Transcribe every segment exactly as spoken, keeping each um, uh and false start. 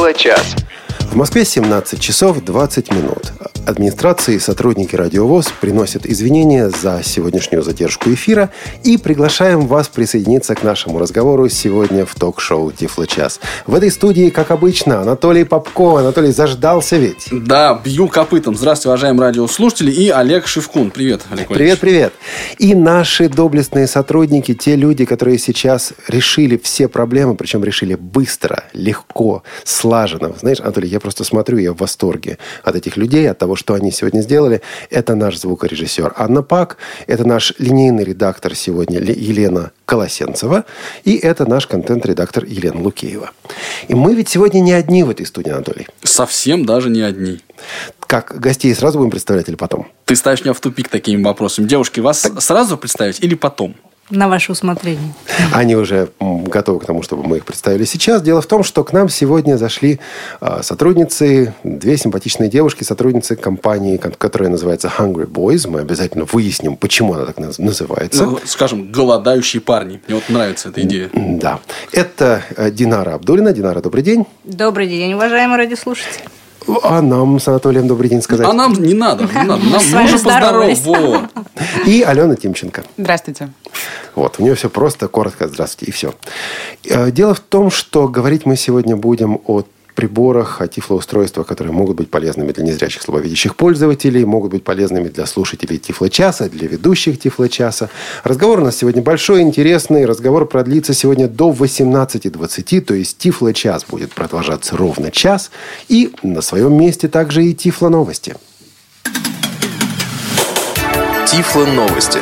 Тифло-час. В Москве семнадцать часов двадцать минут. Администрация и сотрудники Радио ВОС приносят извинения за сегодняшнюю задержку эфира и приглашаем вас присоединиться к нашему разговору сегодня в ток-шоу «Тифло-час». В этой студии, как обычно, Анатолий Попко. Анатолий, заждался ведь? Да, бью копытом. Здравствуйте, уважаемые радиослушатели. И Олег Шевкун. Привет, Олег Владимирович. Привет, привет. И наши доблестные сотрудники, те люди, которые сейчас решили все проблемы, причем решили быстро, легко, слаженно. Знаешь, Анатолий, я просто смотрю, я в восторге от этих людей, от того, что они сегодня сделали. Это наш звукорежиссер Анна Пак, это наш линейный редактор сегодня Елена Колосенцева, и это наш контент-редактор Елена Лукеева. И мы ведь сегодня не одни в этой студии, Анатолий. Совсем даже не одни. Как, гостей сразу будем представлять или потом? Ты ставишь меня в тупик такими вопросами. Девушки, вас так... сразу представить или потом? На ваше усмотрение. Они уже готовы к тому, чтобы мы их представили сейчас. Дело в том, что к нам сегодня зашли сотрудницы, две симпатичные девушки, сотрудницы компании, которая называется Hungry Boys. Мы обязательно выясним, почему она так называется. Ну, скажем, голодающие парни. Мне вот нравится эта идея. Да. Это Динара Абдуллина. Динара, добрый день. Добрый день, уважаемые радиослушатели. А нам с Анатолием добрый день сказать. А нам не надо. Не надо. Нам нужно поздороваться. Вот. И Алена Тимченко. Здравствуйте. Вот, у нее все просто, коротко, здравствуйте, и все. Дело в том, что говорить мы сегодня будем о приборах, о тифлоустройствах, которые могут быть полезными для незрячих слабовидящих пользователей, могут быть полезными для слушателей Тифло-часа, для ведущих Тифло-часа. Разговор у нас сегодня большой, интересный. Разговор продлится сегодня до восемнадцати двадцати, то есть Тифло-час будет продолжаться ровно час. И на своем месте также и Тифло-новости. Тифло-новости.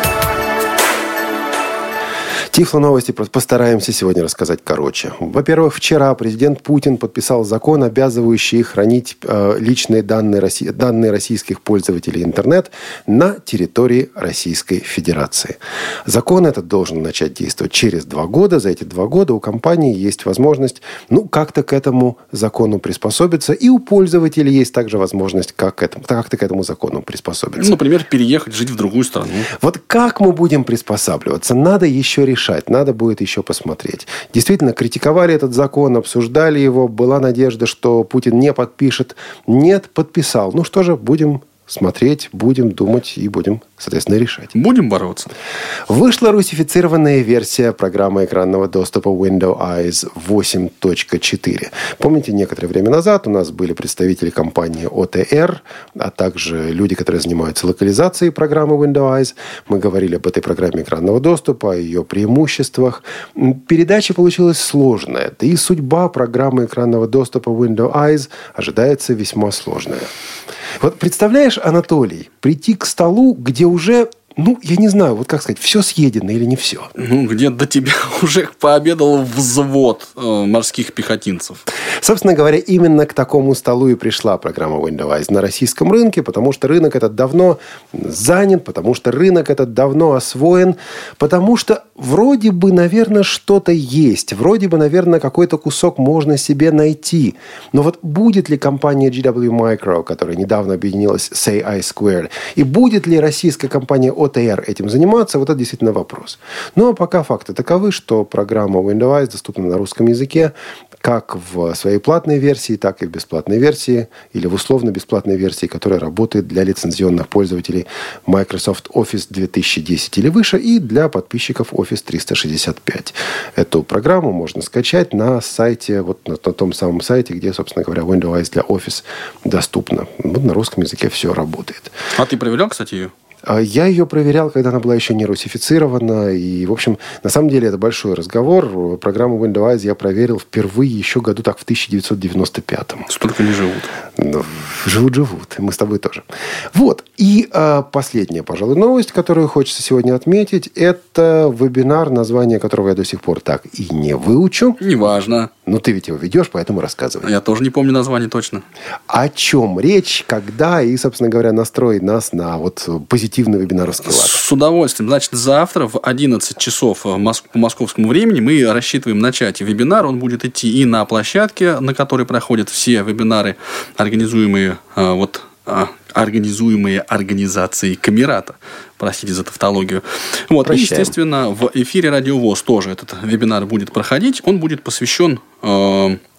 Тифло-новости постараемся сегодня рассказать короче. Во-первых, вчера президент Путин подписал закон, обязывающий хранить э, личные данные, России, данные российских пользователей интернет на территории Российской Федерации. Закон этот должен начать действовать через два года. За эти два года у компании есть возможность ну, как-то к этому закону приспособиться. И у пользователей есть также возможность как к этому, как-то к этому закону приспособиться. Ну, например, переехать жить в другую страну. Вот как мы будем приспосабливаться? Надо еще решать. Надо будет еще посмотреть. Действительно, критиковали этот закон, обсуждали его. Была надежда, что Путин не подпишет. Нет, подписал. Ну что же, будем смотреть, будем думать и будем, соответственно, решать. Будем бороться. Вышла русифицированная версия программы экранного доступа Windows Eyes восемь точка четыре. Помните, некоторое время назад у нас были представители компании о тэ эр, а также люди, которые занимаются локализацией программы Windows Eyes. Мы говорили об этой программе экранного доступа, о ее преимуществах. Передача получилась сложная. Да и судьба программы экранного доступа Windows Eyes ожидается весьма сложная. Вот представляешь, Анатолий, прийти к столу, где уже, ну, я не знаю, вот как сказать, все съедено или не все? Ну, где до тебя уже пообедал взвод э, морских пехотинцев. Собственно говоря, именно к такому столу и пришла программа Windows Eyes на российском рынке, потому что рынок этот давно занят, потому что рынок этот давно освоен, потому что вроде бы, наверное, что-то есть, вроде бы, наверное, какой-то кусок можно себе найти. Но вот будет ли компания джи дабл ю Micro, которая недавно объединилась с эй ай Squared, и будет ли российская компания о тэ эр этим заниматься, вот это действительно вопрос. Ну, а пока факты таковы, что программа Windows Eyes доступна на русском языке, как в своей платной версии, так и в бесплатной версии, или в условно-бесплатной версии, которая работает для лицензионных пользователей Microsoft Office две тысячи десять или выше, и для подписчиков Office триста шестьдесят пять. Эту программу можно скачать на сайте, вот на, на том самом сайте, где, собственно говоря, Windows Eyes для Office доступна. Вот на русском языке все работает. А ты проверял, кстати, ее? Я ее проверял, когда она была еще не русифицирована. И, в общем, на самом деле это большой разговор. Программу Windows Eyes я проверил впервые еще году так в тысяча девятьсот девяносто пятом. Столько не живут. Ну, живут-живут. И мы с тобой тоже. Вот. И а, последняя, пожалуй, новость, которую хочется сегодня отметить, это вебинар, название которого я до сих пор так и не выучу. Неважно. Но ты ведь его ведешь, поэтому рассказывай. Я тоже не помню название точно. О чем речь, когда и, собственно говоря, настрой нас на вот позитивный вебинаровский лад. С удовольствием. Значит, завтра в одиннадцать часов по московскому времени мы рассчитываем начать вебинар. Он будет идти и на площадке, на которой проходят все вебинары, организуемые вот организуемые организацией Камерата. Простите за тавтологию. Вот. И, естественно, в эфире Радио ВОС тоже этот вебинар будет проходить. Он будет посвящен э,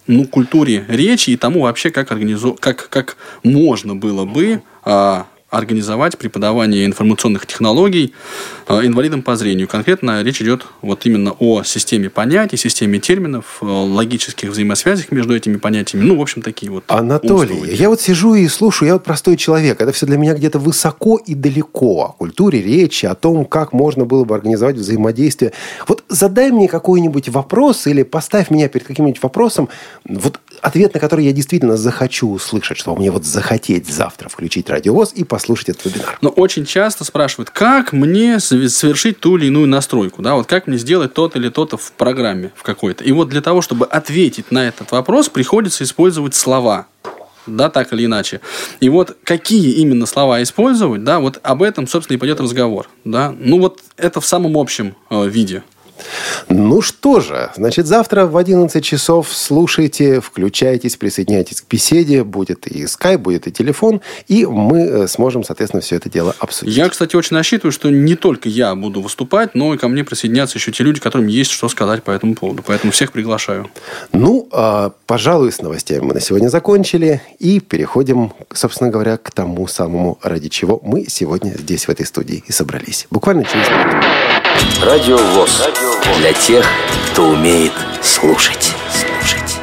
ну, культуре речи и тому вообще, как, организу... как, как можно было бы а, организовать преподавание информационных технологий а, инвалидам по зрению. Конкретно речь идет вот именно о системе понятий, системе терминов, логических взаимосвязях между этими понятиями. Ну, в общем, такие вот. Анатолий, умствования. Я вот сижу и слушаю, я вот простой человек. Это все для меня где-то высоко и далеко. О культуре речи, о том, как можно было бы организовать взаимодействие. Вот задай мне какой-нибудь вопрос или поставь меня перед каким-нибудь вопросом, вот ответ на который я действительно захочу услышать, что мне вот захотеть завтра включить радиовоз и послушать этот вебинар. Но очень часто спрашивают, как мне совершить ту или иную настройку, да, вот как мне сделать то-то или то-то в программе в какой-то. И вот для того, чтобы ответить на этот вопрос, приходится использовать слова. Да, так или иначе. И вот какие именно слова использовать, да, вот об этом, собственно, и пойдет разговор. Да. Ну, вот это в самом общем э, виде. Ну что же, значит, завтра в одиннадцать часов слушайте, включайтесь, присоединяйтесь к беседе. Будет и скайп, будет и телефон. И мы сможем, соответственно, все это дело обсудить. Я, кстати, очень рассчитываю, что не только я буду выступать, но и ко мне присоединятся еще те люди, которым есть что сказать по этому поводу. Поэтому всех приглашаю. Ну, пожалуй, с новостями мы на сегодня закончили. И переходим, собственно говоря, к тому самому, ради чего мы сегодня здесь, в этой студии, и собрались. Буквально через минуту. Радио ВОС. Для тех, кто умеет слушать. Слушать.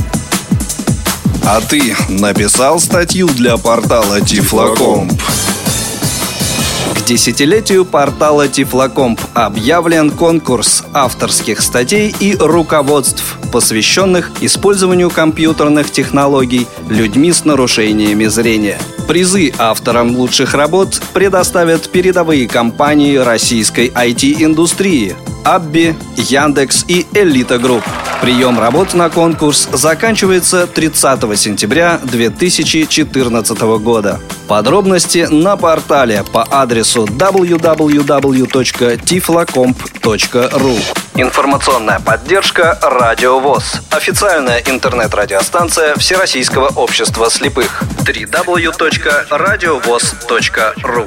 А ты написал статью для портала Тифлокомп? К десятилетию портала Тифлокомп объявлен конкурс авторских статей и руководств, посвященных использованию компьютерных технологий людьми с нарушениями зрения. Призы авторам лучших работ предоставят передовые компании российской ай ти-индустрии Абби, Яндекс и Элита Групп. Прием работ на конкурс заканчивается тридцатого сентября две тысячи четырнадцатого года. Подробности на портале по адресу дабл ю дабл ю дабл ю точка тифлокомп точка ру. Информационная поддержка Радио ВОС. Официальная интернет-радиостанция Всероссийского общества слепых. дабл ю дабл ю дабл ю точка радиовоз точка ру.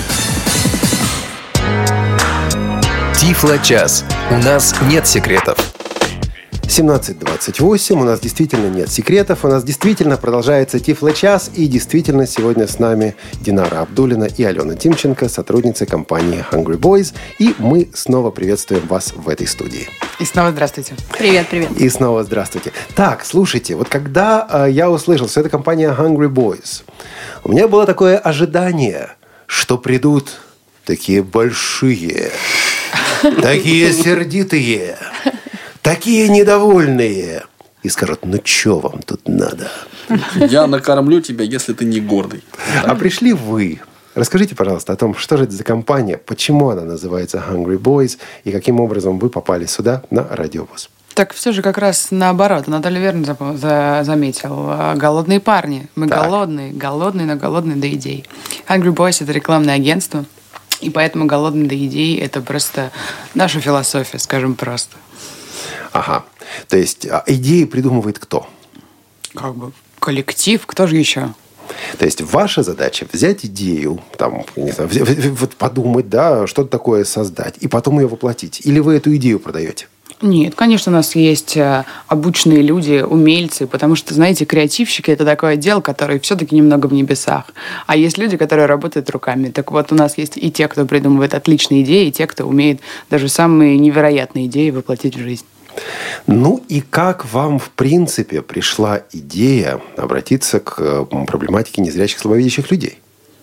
Тифло-час. У нас нет секретов. семнадцать двадцать восемь. У нас действительно нет секретов. У нас действительно продолжается Тифло-час. И действительно сегодня с нами Динара Абдуллина и Алена Тимченко, сотрудницы компании Hungry Boys. И мы снова приветствуем вас в этой студии. И снова здравствуйте. Привет, привет. И снова здравствуйте. Так, слушайте, вот когда э, я услышал, что это компания Hungry Boys, у меня было такое ожидание, что придут такие большие, такие сердитые, такие недовольные. И скажут, ну что вам тут надо? Я накормлю тебя, если ты не гордый. А пришли вы. Расскажите, пожалуйста, о том, что же это за компания, почему она называется Hungry Boys и каким образом вы попали сюда на Радио ВОС. Так все же как раз наоборот. Анатолий верно заметил. Голодные парни. Мы так. голодные, голодные, но голодные до идей. Hungry Boys – это рекламное агентство. И поэтому голодные до идей – это просто наша философия, скажем просто. Ага. То есть идеи придумывает кто? Как бы коллектив, кто же еще? То есть ваша задача взять идею, там, не знаю, вот подумать, да, что-то такое создать, и потом ее воплотить. Или вы эту идею продаете? Нет, конечно, у нас есть обученные люди, умельцы, потому что, знаете, креативщики – это такое дело, которое все-таки немного в небесах. А есть люди, которые работают руками. Так вот, у нас есть и те, кто придумывает отличные идеи, и те, кто умеет даже самые невероятные идеи воплотить в жизнь. Ну и как вам, в принципе, пришла идея обратиться к проблематике незрячих, слабовидящих людей?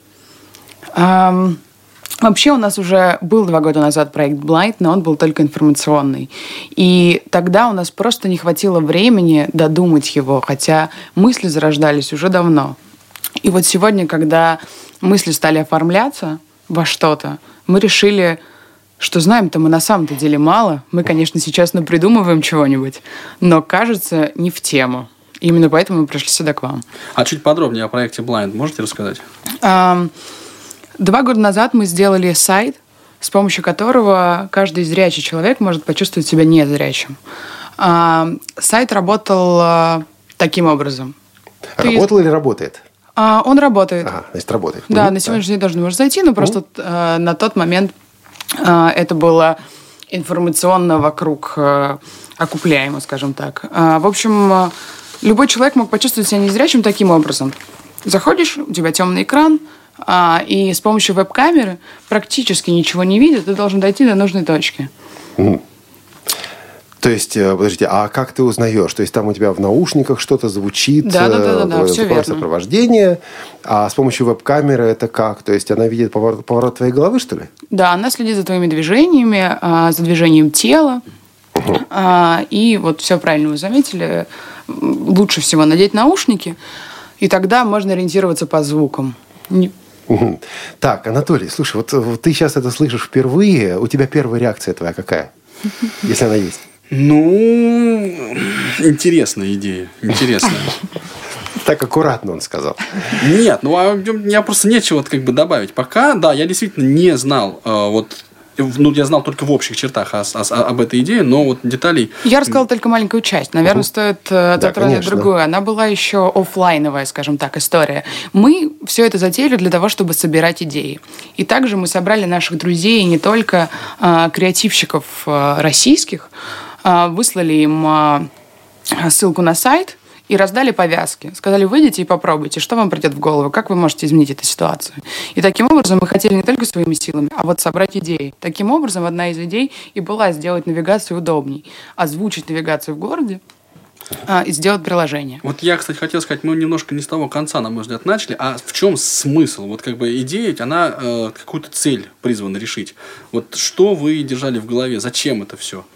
Um... Вообще у нас уже был два года назад проект Blind, но он был только информационный. И тогда у нас просто не хватило времени додумать его, хотя мысли зарождались уже давно. И вот сегодня, когда мысли стали оформляться во что-то, мы решили, что знаем-то мы на самом-то деле мало. Мы, конечно, сейчас напридумываем чего-нибудь, но, кажется, не в тему. Именно поэтому мы пришли сюда к вам. А чуть подробнее о проекте Blind можете рассказать? Um, Два года назад мы сделали сайт, с помощью которого каждый зрячий человек может почувствовать себя незрячим. А, сайт работал а, таким образом. Работал Ты... или работает? А, он работает. Ага, значит, работает. Да, угу, на сегодняшний день тоже не можешь зайти, но угу. просто а, на тот момент а, это было информационно вокруг э, окупляемо, скажем так. А, в общем, э, любой человек мог почувствовать себя незрячим таким образом. Заходишь, у тебя темный экран, а, и с помощью веб-камеры практически ничего не видя, ты должен дойти до нужной точки. Mm. То есть, подождите, а как ты узнаешь? То есть, там у тебя в наушниках что-то звучит, да, да, да, да, да, все верно. Сопровождение, а с помощью веб-камеры это как? То есть, она видит поворот, поворот твоей головы, что ли? Да, она следит за твоими движениями, за движением тела. Угу. И вот все правильно вы заметили. Лучше всего надеть наушники, и тогда можно ориентироваться по звукам. Угу. Так, Анатолий, слушай, вот, вот ты сейчас это слышишь впервые. У тебя первая реакция твоя какая? Если она есть. Ну, интересная идея. Интересная. Так аккуратно он сказал. Нет, ну а я просто нечего как бы добавить. Пока, да, я действительно не знал, вот, ну, я знал только в общих чертах о, о, об этой идее, но вот деталей... Я рассказала только маленькую часть. Наверное, угу. стоит затронуть да, другую. Она была еще офлайновая, скажем так, история. Мы все это затеяли для того, чтобы собирать идеи. И также мы собрали наших друзей, не только а, креативщиков а, российских, а, выслали им а, ссылку на сайт и раздали повязки. Сказали, выйдите и попробуйте, что вам придет в голову, как вы можете изменить эту ситуацию. И таким образом мы хотели не только своими силами, а вот собрать идеи. Таким образом, одна из идей и была сделать навигацию удобней, озвучить навигацию в городе а, и сделать приложение. Вот я, кстати, хотел сказать, мы немножко не с того конца, на мой взгляд, начали, а в чем смысл? Вот как бы идея, она э, какую-то цель призвана решить. Вот что вы держали в голове? Зачем это все?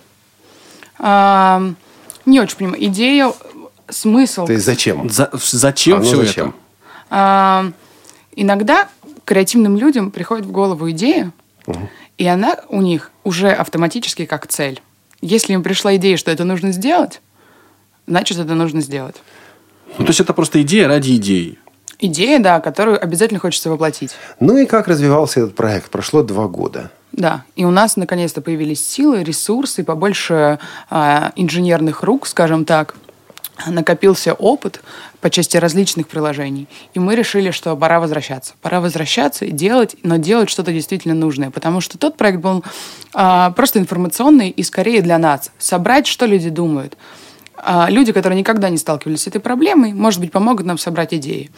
А, не очень понимаю. Идея... Смысл. То есть зачем? За, зачем а, ну, все зачем? Это? А, иногда креативным людям приходит в голову идея, угу. и она у них уже автоматически как цель. Если им пришла идея, что это нужно сделать, значит, это нужно сделать. Ну, то есть это просто идея ради идеи. Идея, да, которую обязательно хочется воплотить. Ну и как развивался этот проект? Прошло два года. Да, и у нас наконец-то появились силы, ресурсы, побольше а, инженерных рук, скажем так. Накопился опыт по части различных приложений. И мы решили, что пора возвращаться. Пора возвращаться и делать, но делать что-то действительно нужное. Потому что тот проект был а, просто информационный и скорее для нас. Собрать, что люди думают. А, люди, которые никогда не сталкивались с этой проблемой, может быть, помогут нам собрать идеи.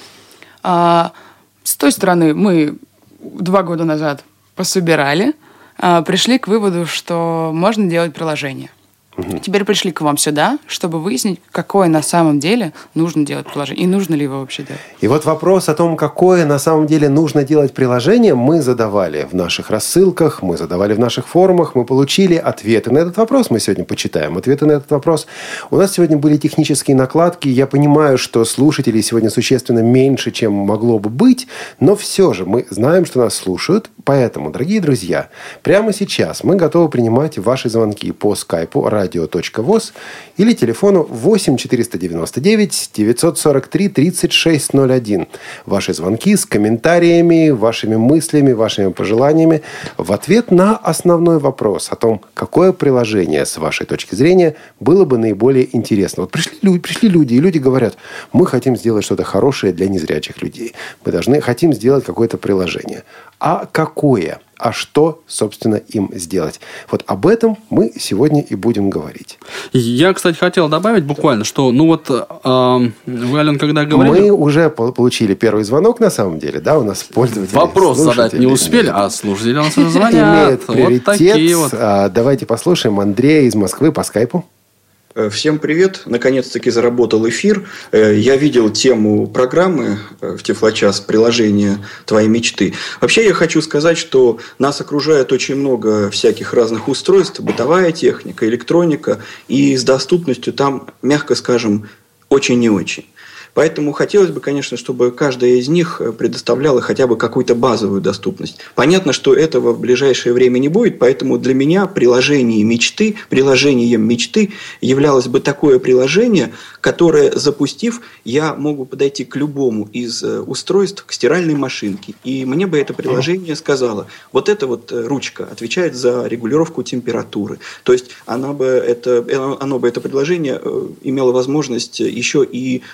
А, с той стороны, мы два года назад пособирали, а, пришли к выводу, что можно делать приложение. Угу. Теперь пришли к вам сюда, чтобы выяснить, какое на самом деле нужно делать приложение. И нужно ли его вообще делать. И вот вопрос о том, какое на самом деле нужно делать приложение, мы задавали в наших рассылках, мы задавали в наших форумах, мы получили ответы на этот вопрос. Мы сегодня почитаем ответы на этот вопрос. У нас сегодня были технические накладки. Я понимаю, что слушателей сегодня существенно меньше, чем могло бы быть, но все же мы знаем, что нас слушают. Поэтому, дорогие друзья, прямо сейчас мы готовы принимать ваши звонки по скайпу радио точка воз или телефону восемь четыреста девяносто девять девятьсот сорок три тридцать шесть ноль один. Ваши звонки с комментариями, вашими мыслями, вашими пожеланиями в ответ на основной вопрос о том, какое приложение, с вашей точки зрения, было бы наиболее интересно. Вот пришли люди, пришли люди, и люди говорят, мы хотим сделать что-то хорошее для незрячих людей. Мы должны, хотим сделать какое-то приложение. А какое? А что, собственно, им сделать? Вот об этом мы сегодня и будем говорить. Я, кстати, хотел добавить буквально, что, ну вот, э, вы, Ален, когда говорили... Мы уже получили первый звонок, на самом деле, да, у нас пользователи... Вопрос задать не успели, а слушатели у нас звонят. Вот такие вот. Давайте послушаем Андрея из Москвы по скайпу. Всем привет! Наконец-таки заработал эфир. Я видел тему программы в Тифлочас, приложение «Твои мечты». Вообще я хочу сказать, что нас окружает очень много всяких разных устройств, бытовая техника, электроника, и с доступностью там, мягко скажем, очень не очень. Поэтому хотелось бы, конечно, чтобы каждая из них предоставляла хотя бы какую-то базовую доступность. Понятно, что этого в ближайшее время не будет, поэтому для меня приложение мечты, приложением мечты являлось бы такое приложение, которое, запустив, я могу подойти к любому из устройств, к стиральной машинке, и мне бы это приложение сказало, вот эта вот ручка отвечает за регулировку температуры. То есть она бы это, оно бы это приложение имело возможность еще и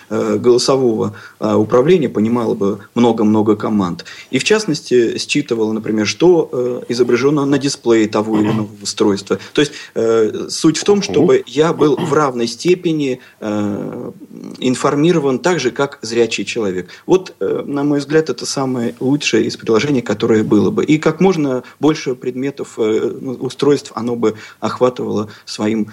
голосового управления понимала бы много-много команд. И в частности считывала, например, что изображено на дисплее того или иного устройства. То есть суть в том, чтобы я был в равной степени информирован так же, как зрячий человек. Вот, на мой взгляд, это самое лучшее из приложений, которое было бы. И как можно больше предметов, устройств оно бы охватывало своим,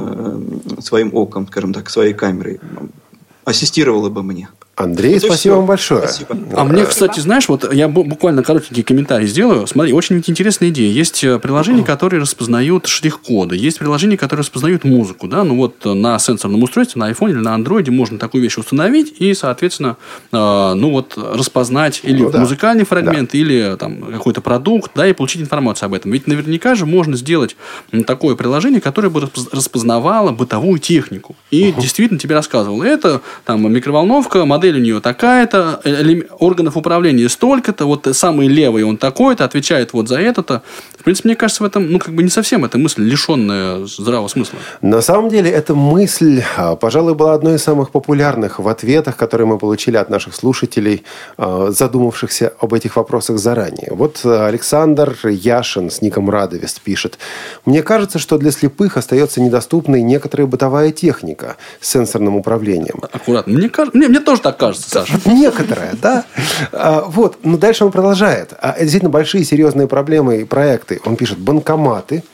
своим оком, скажем так, своей камерой. Ассистировало бы мне. Андрей, вот спасибо вам большое. Спасибо. А мне, кстати, знаешь, вот я буквально коротенький комментарий сделаю. Смотри, очень интересная идея. Есть приложения, которые распознают штрих-коды. Есть приложения, которые распознают музыку. Да? Ну вот на сенсорном устройстве, на айфоне или на андроиде можно такую вещь установить и, соответственно, э, ну вот распознать или ну, да. музыкальный фрагмент, да. или там какой-то продукт, да, и получить информацию об этом. Ведь наверняка же можно сделать такое приложение, которое бы распознавало бытовую технику. И uh-huh. действительно тебе рассказывало. Это там микроволновка, модель у нее такая-то, органов управления столько-то, вот самый левый он такой-то, отвечает вот за это-то. В принципе, мне кажется, в этом, ну, как бы не совсем эта мысль, лишенная здравого смысла. На самом деле, эта мысль, пожалуй, была одной из самых популярных в ответах, которые мы получили от наших слушателей, задумавшихся об этих вопросах заранее. Вот Александр Яшин с ником Радовест пишет: «Мне кажется, что для слепых остается недоступной некоторая бытовая техника с сенсорным управлением». Аккуратно. Мне, кажется, мне, мне тоже так кажется, Саша. Некоторая, да. Вот. Но дальше он продолжает. Действительно, большие серьезные проблемы и проекты. Он пишет: банкоматы,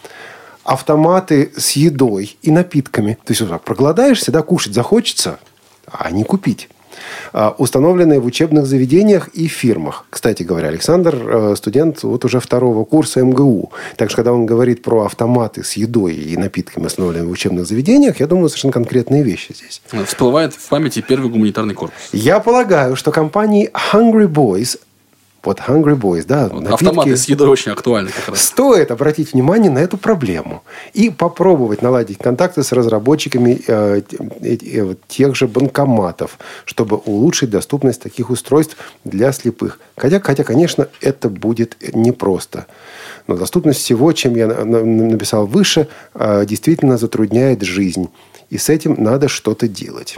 автоматы с едой и напитками. То есть, проголодаешься, да, кушать захочется, а не купить. Установленные в учебных заведениях и фирмах. Кстати говоря, Александр студент вот уже второго курса эм гэ у. Так что, когда он говорит про автоматы с едой и напитками, установленные в учебных заведениях, я думаю, совершенно конкретные вещи здесь. Всплывает в памяти первый гуманитарный корпус. Я полагаю, что компании Hungry Boys, вот Hungry Boys, да, вот автоматы с едой очень актуальны как раз. Стоит обратить внимание на эту проблему и попробовать наладить контакты с разработчиками э, э, тех же банкоматов, чтобы улучшить доступность таких устройств для слепых. Хотя, хотя, конечно, это будет непросто. Но доступность всего, чем я написал выше, э, действительно затрудняет жизнь. И с этим надо что-то делать.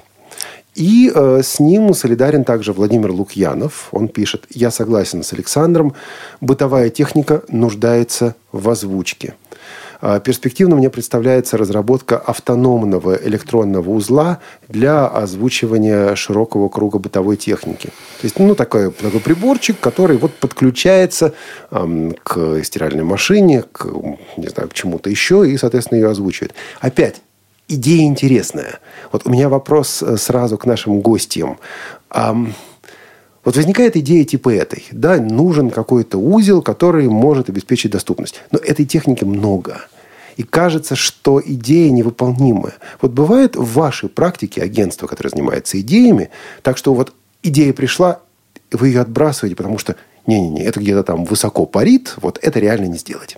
И э, с ним солидарен также Владимир Лукьянов. Он пишет: «Я согласен с Александром. Бытовая техника нуждается в озвучке. Э, перспективно мне представляется разработка автономного электронного узла для озвучивания широкого круга бытовой техники». То есть, ну, такой, такой приборчик, который вот подключается э, к стиральной машине, к, не знаю, к чему-то еще, и, соответственно, ее озвучивает. Опять, идея интересная. Вот у меня вопрос сразу к нашим гостям. А, вот возникает идея типа этой. Да, нужен какой-то узел, который может обеспечить доступность. Но этой техники много. И кажется, что идея невыполнимая. Вот бывает в вашей практике агентство, которое занимается идеями, так что вот идея пришла, вы ее отбрасываете, потому что не-не-не, это где-то там высоко парит, вот это реально не сделать.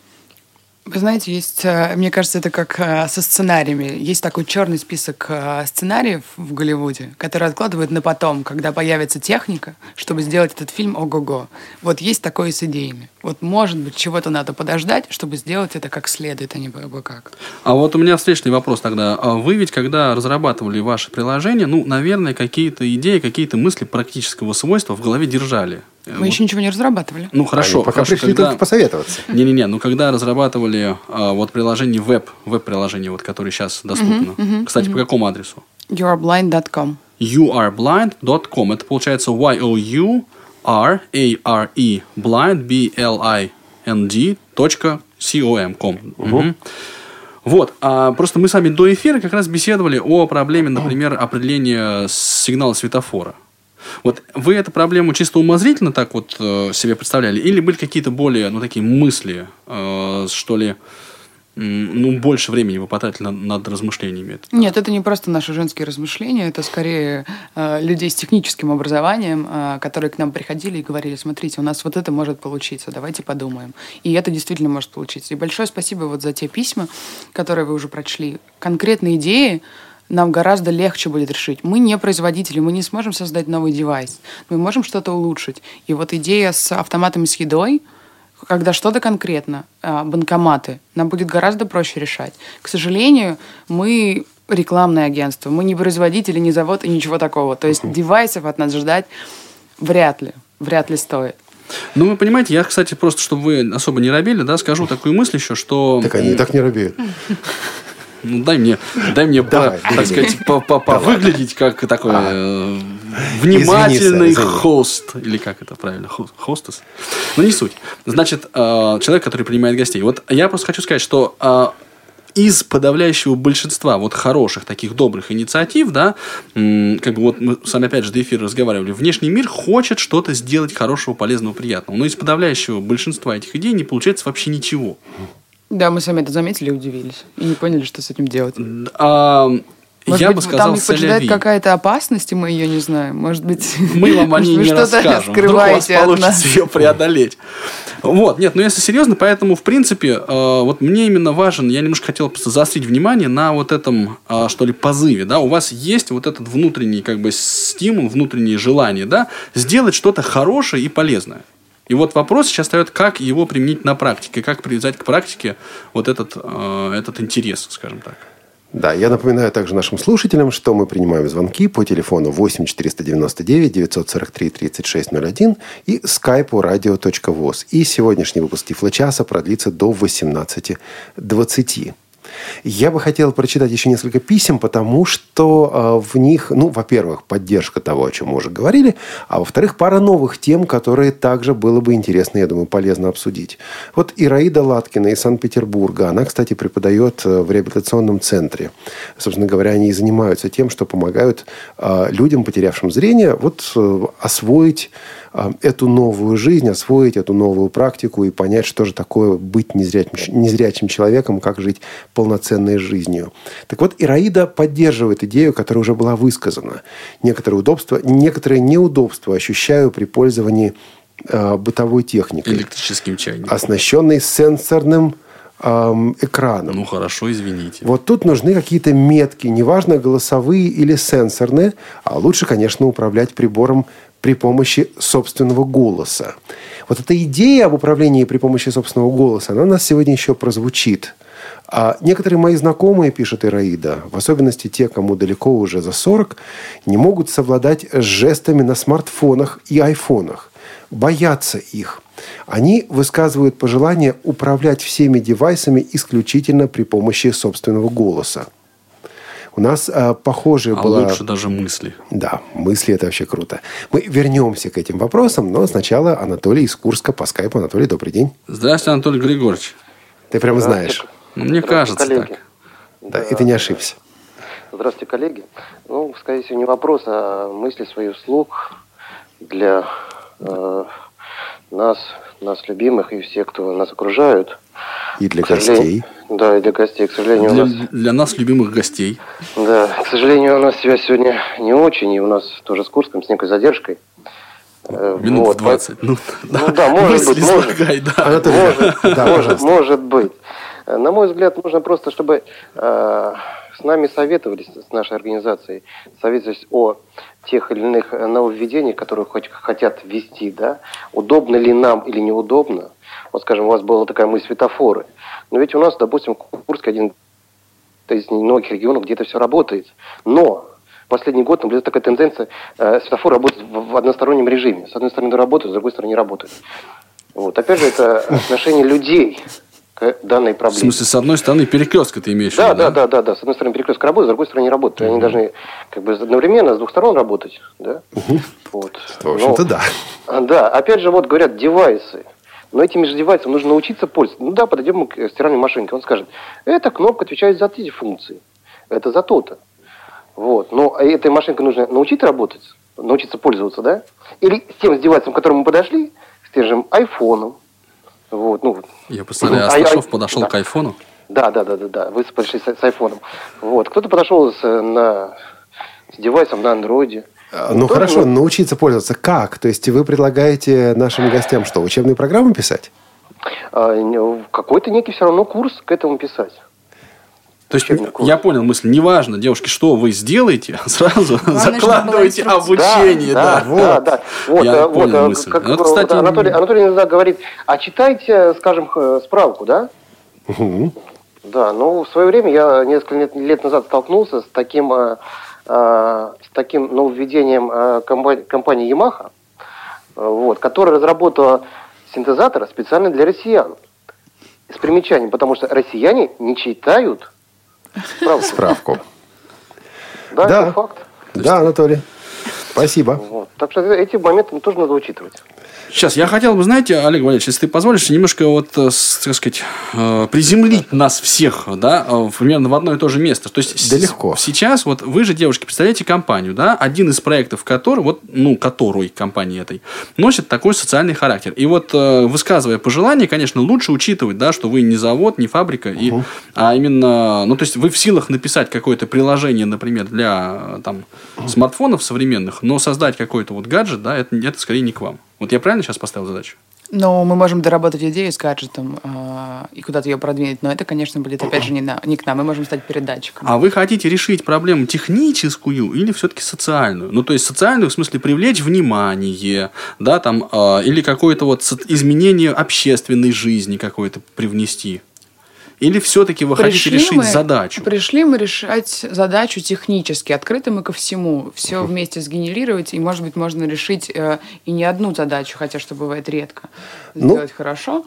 Вы знаете, есть, мне кажется, это как со сценариями. Есть такой черный список сценариев в Голливуде, который откладывают на потом, когда появится техника, чтобы сделать этот фильм ого-го. Вот есть такое и с идеями. Вот, может быть, чего-то надо подождать, чтобы сделать это как следует, а не абы как. А вот у меня встречный вопрос тогда. Вы ведь, когда разрабатывали ваше приложение, ну, наверное, какие-то идеи, какие-то мысли практического свойства в голове держали. Мы вот. еще ничего не разрабатывали. Ну, хорошо. Они пока хорошо, пришли когда... только посоветоваться. Не-не-не, ну, когда разрабатывали а, вот приложение веб, веб-приложение, вот, которое сейчас доступно. Uh-huh, uh-huh, Кстати, uh-huh. по какому адресу? you are blind dot com. you are blind dot com. Это получается Y O U R A R E blind, B L I N D, точка com. Uh-huh. Вот, а просто мы сами до эфира как раз беседовали о проблеме, например, определения сигнала светофора. Вот вы эту проблему чисто умозрительно так вот э, себе представляли? Или были какие-то более, ну, такие мысли, э, что ли, э, ну, больше времени вы потратили над, над размышлениями? Нет, это не просто наши женские размышления, это скорее э, людей с техническим образованием, э, которые к нам приходили и говорили: смотрите, у нас вот это может получиться, давайте подумаем. И это действительно может получиться. И большое спасибо вот за те письма, которые вы уже прочли. Конкретные идеи нам гораздо легче будет решить. Мы не производители, мы не сможем создать новый девайс. Мы можем что-то улучшить. И вот идея с автоматами с едой, когда что-то конкретно, банкоматы, нам будет гораздо проще решать. К сожалению, мы рекламное агентство. Мы не производители, не завод и ничего такого. То есть девайсов от нас ждать вряд ли. Вряд ли стоит. Ну, вы понимаете, я, кстати, просто, чтобы вы особо не робели, да, скажу такую мысль еще, что... Так они и так не робеют. Ну, дай мне, дай мне Давай, по, так сказать, по, по, по выглядеть как такой э, внимательный Извини, извини. хост. Или как это правильно? Хост, хостес? Ну, не суть. Значит, э, человек, который принимает гостей. Вот я просто хочу сказать, что э, из подавляющего большинства вот хороших, таких добрых инициатив, да, м, как бы вот мы с вами опять же до эфира разговаривали, внешний мир хочет что-то сделать хорошего, полезного, приятного. Но из подавляющего большинства этих идей не получается вообще ничего. Да, мы сами это заметили и удивились. И не поняли, что с этим делать. А, Может я быть, бы сказал, там их поджидает соляви. какая-то опасность, и мы ее не знаем. Может быть, Мы вам о ней вы не что-то расскажем. Вдруг у вас скрываете от получится нас. ее преодолеть. Вот, нет, ну если серьезно, поэтому, в принципе, э, вот мне именно важен, я немножко хотел просто заострить внимание на вот этом, э, что ли, позыве, да, у вас есть вот этот внутренний, как бы, стимул, внутреннее желание, да, сделать что-то хорошее и полезное. И вот вопрос сейчас встает, как его применить на практике, как привязать к практике вот этот, э, этот интерес, скажем так. Да, я напоминаю также нашим слушателям, что мы принимаем звонки по телефону восемь четыреста девяносто девять девятьсот сорок три тридцать шесть ноль один и скайпу радио точка воз. И сегодняшний выпуск Тифлочаса продлится до восемнадцати двадцати. Я бы хотел прочитать еще несколько писем, потому что э, в них, ну, во-первых, поддержка того, о чем мы уже говорили, а во-вторых, пара новых тем, которые также было бы интересно, я думаю, полезно обсудить. Вот Ираида Латкина из Санкт-Петербурга, она, кстати, преподает в реабилитационном центре. Собственно говоря, они и занимаются тем, что помогают э, людям, потерявшим зрение, вот э, освоить эту новую жизнь, освоить эту новую практику и понять, что же такое быть незрячим, незрячим человеком, как жить полноценной жизнью. Так вот, Ираида поддерживает идею, которая уже была высказана. Некоторые удобства, некоторые неудобства ощущаю при пользовании э, бытовой техникой. Электрическим чайником. Оснащенной сенсорным эм, экраном. Ну, хорошо, извините. Вот тут нужны какие-то метки, неважно, голосовые или сенсорные, а лучше, конечно, управлять прибором при помощи собственного голоса. Вот эта идея об управлении при помощи собственного голоса, она у нас сегодня еще прозвучит. А некоторые мои знакомые, пишет Ираида, в особенности те, кому далеко уже за сорок, не могут совладать с жестами на смартфонах и айфонах. Боятся их. Они высказывают пожелание управлять всеми девайсами исключительно при помощи собственного голоса. У нас а, похожая а была... лучше даже мысли. Да, мысли – это вообще круто. Мы вернемся к этим вопросам, но сначала Анатолий из Курска по скайпу. Анатолий, добрый день. Здравствуйте, Анатолий Григорьевич. Ты прямо знаешь. Ну, мне кажется коллеги. так. Да, и ты не ошибся. Здравствуйте, коллеги. Ну, скорее всего, не вопрос, а мысли свои вслух для э, нас, нас любимых и всех, кто нас окружают. И для К сожалению- гостей. Да, и для гостей. К сожалению, Для, у нас... для нас, любимых гостей. Да, к сожалению, у нас связь сегодня не очень, и у нас тоже с Курском с некой задержкой. Э, Минут вот, двадцать. Ну, Ну да, может мысли быть, может. излагай, да. Анатолий, Может, да, может, пожалуйста. может быть. Э, На мой взгляд, нужно просто, чтобы э, с нами советовались, с нашей организацией, советовались о тех или иных нововведениях, которые хоть хотят ввести, да, удобно ли нам или неудобно. Вот, скажем, у вас была такая мысль светофоры. Но ведь у нас, допустим, Курск один из многих регионов, где это все работает. Но последний год наблюдается такая тенденция, э, светофор работает в, в одностороннем режиме. С одной стороны работает, с другой стороны не работает. Вот. Опять же, это отношение людей к данной В проблеме. смысле, с одной стороны, перекрестка ты имеешь в Да, виду, да, да, да, да. С одной стороны перекрестка работает, с другой стороны не работает. Они должны как бы одновременно с двух сторон работать. Да? Вот. В общем-то, Но- да. А, Да, опять же, вот говорят, девайсы. Но этими же девайсами нужно научиться пользоваться. Ну да, подойдем мы к стиральной машинке. Он скажет, эта кнопка отвечает за эти функции. Это за то-то. Вот. Но этой машинкой нужно научиться работать, научиться пользоваться, да? Или с тем с девайсом, к которому мы подошли, с тем же айфоном. Вот, ну, Я представляю, А я- Асташов подошел да. к айфону. Да, да, да, да, да. Вы подошли с, с айфоном. Вот. Кто-то подошел с, на, с девайсом на андроиде. Ну, Кто- хорошо, научиться пользоваться как? То есть, вы предлагаете нашим гостям что, учебные программы писать? А, не- какой-то некий все равно курс к этому писать. То есть, Учебный курс. я понял мысль. Неважно, девушки, что вы сделаете, сразу чтобы закладывайте была инструкция. обучение. Да, Да, да, да. Вот, Я э, вот, понял э, мысль. как, Вот, вот кстати, Анатолий, Анатолий иногда говорит, а читайте, скажем, х- справку, да? Мгм. Да, ну в свое время я несколько лет, лет назад столкнулся с таким, э, э, с таким нововведением э, компании, компании Yamaha, э, вот, которая разработала синтезатор специально для россиян. С примечанием, потому что россияне не читают справку. Справку. Да, Да. Да. это факт. Да, Анатолий. Спасибо. Вот. Так что эти моменты тоже надо учитывать. Сейчас, я хотел бы, знаете, Олег Валерьевич, если ты позволишь, немножко вот, э, с- так сказать, э, приземлить нас всех, да, э, примерно в одно и то же место. То есть Да с- легко. Сейчас вот вы же, девушки, представляете компанию, да, один из проектов, который, вот, ну, которой компании этой, носит такой социальный характер. И вот, э, высказывая пожелания, конечно, лучше учитывать, да, что вы не завод, не фабрика, и, а именно, ну, то есть вы в силах написать какое-то приложение, например, для э, там смартфонов современных, но создать какой-то вот гаджет, да, это, это скорее не к вам. Вот я правильно сейчас поставил задачу? Но мы можем доработать идею с гаджетом э, и куда-то ее продвинуть, но это, конечно, будет, опять же, не, на, не к нам. Мы можем стать передатчиком. А вы хотите решить проблему техническую или все-таки социальную? Ну, то есть, социальную, в смысле, привлечь внимание, да, там, э, или какое-то вот со- изменение общественной жизни какое-то привнести? Или все-таки вы хотите решить мы, задачу? Пришли мы решать задачу технически, открыто мы ко всему, все вместе сгенерировать, и, может быть, можно решить э, и не одну задачу, хотя что бывает редко, Ну, сделать хорошо.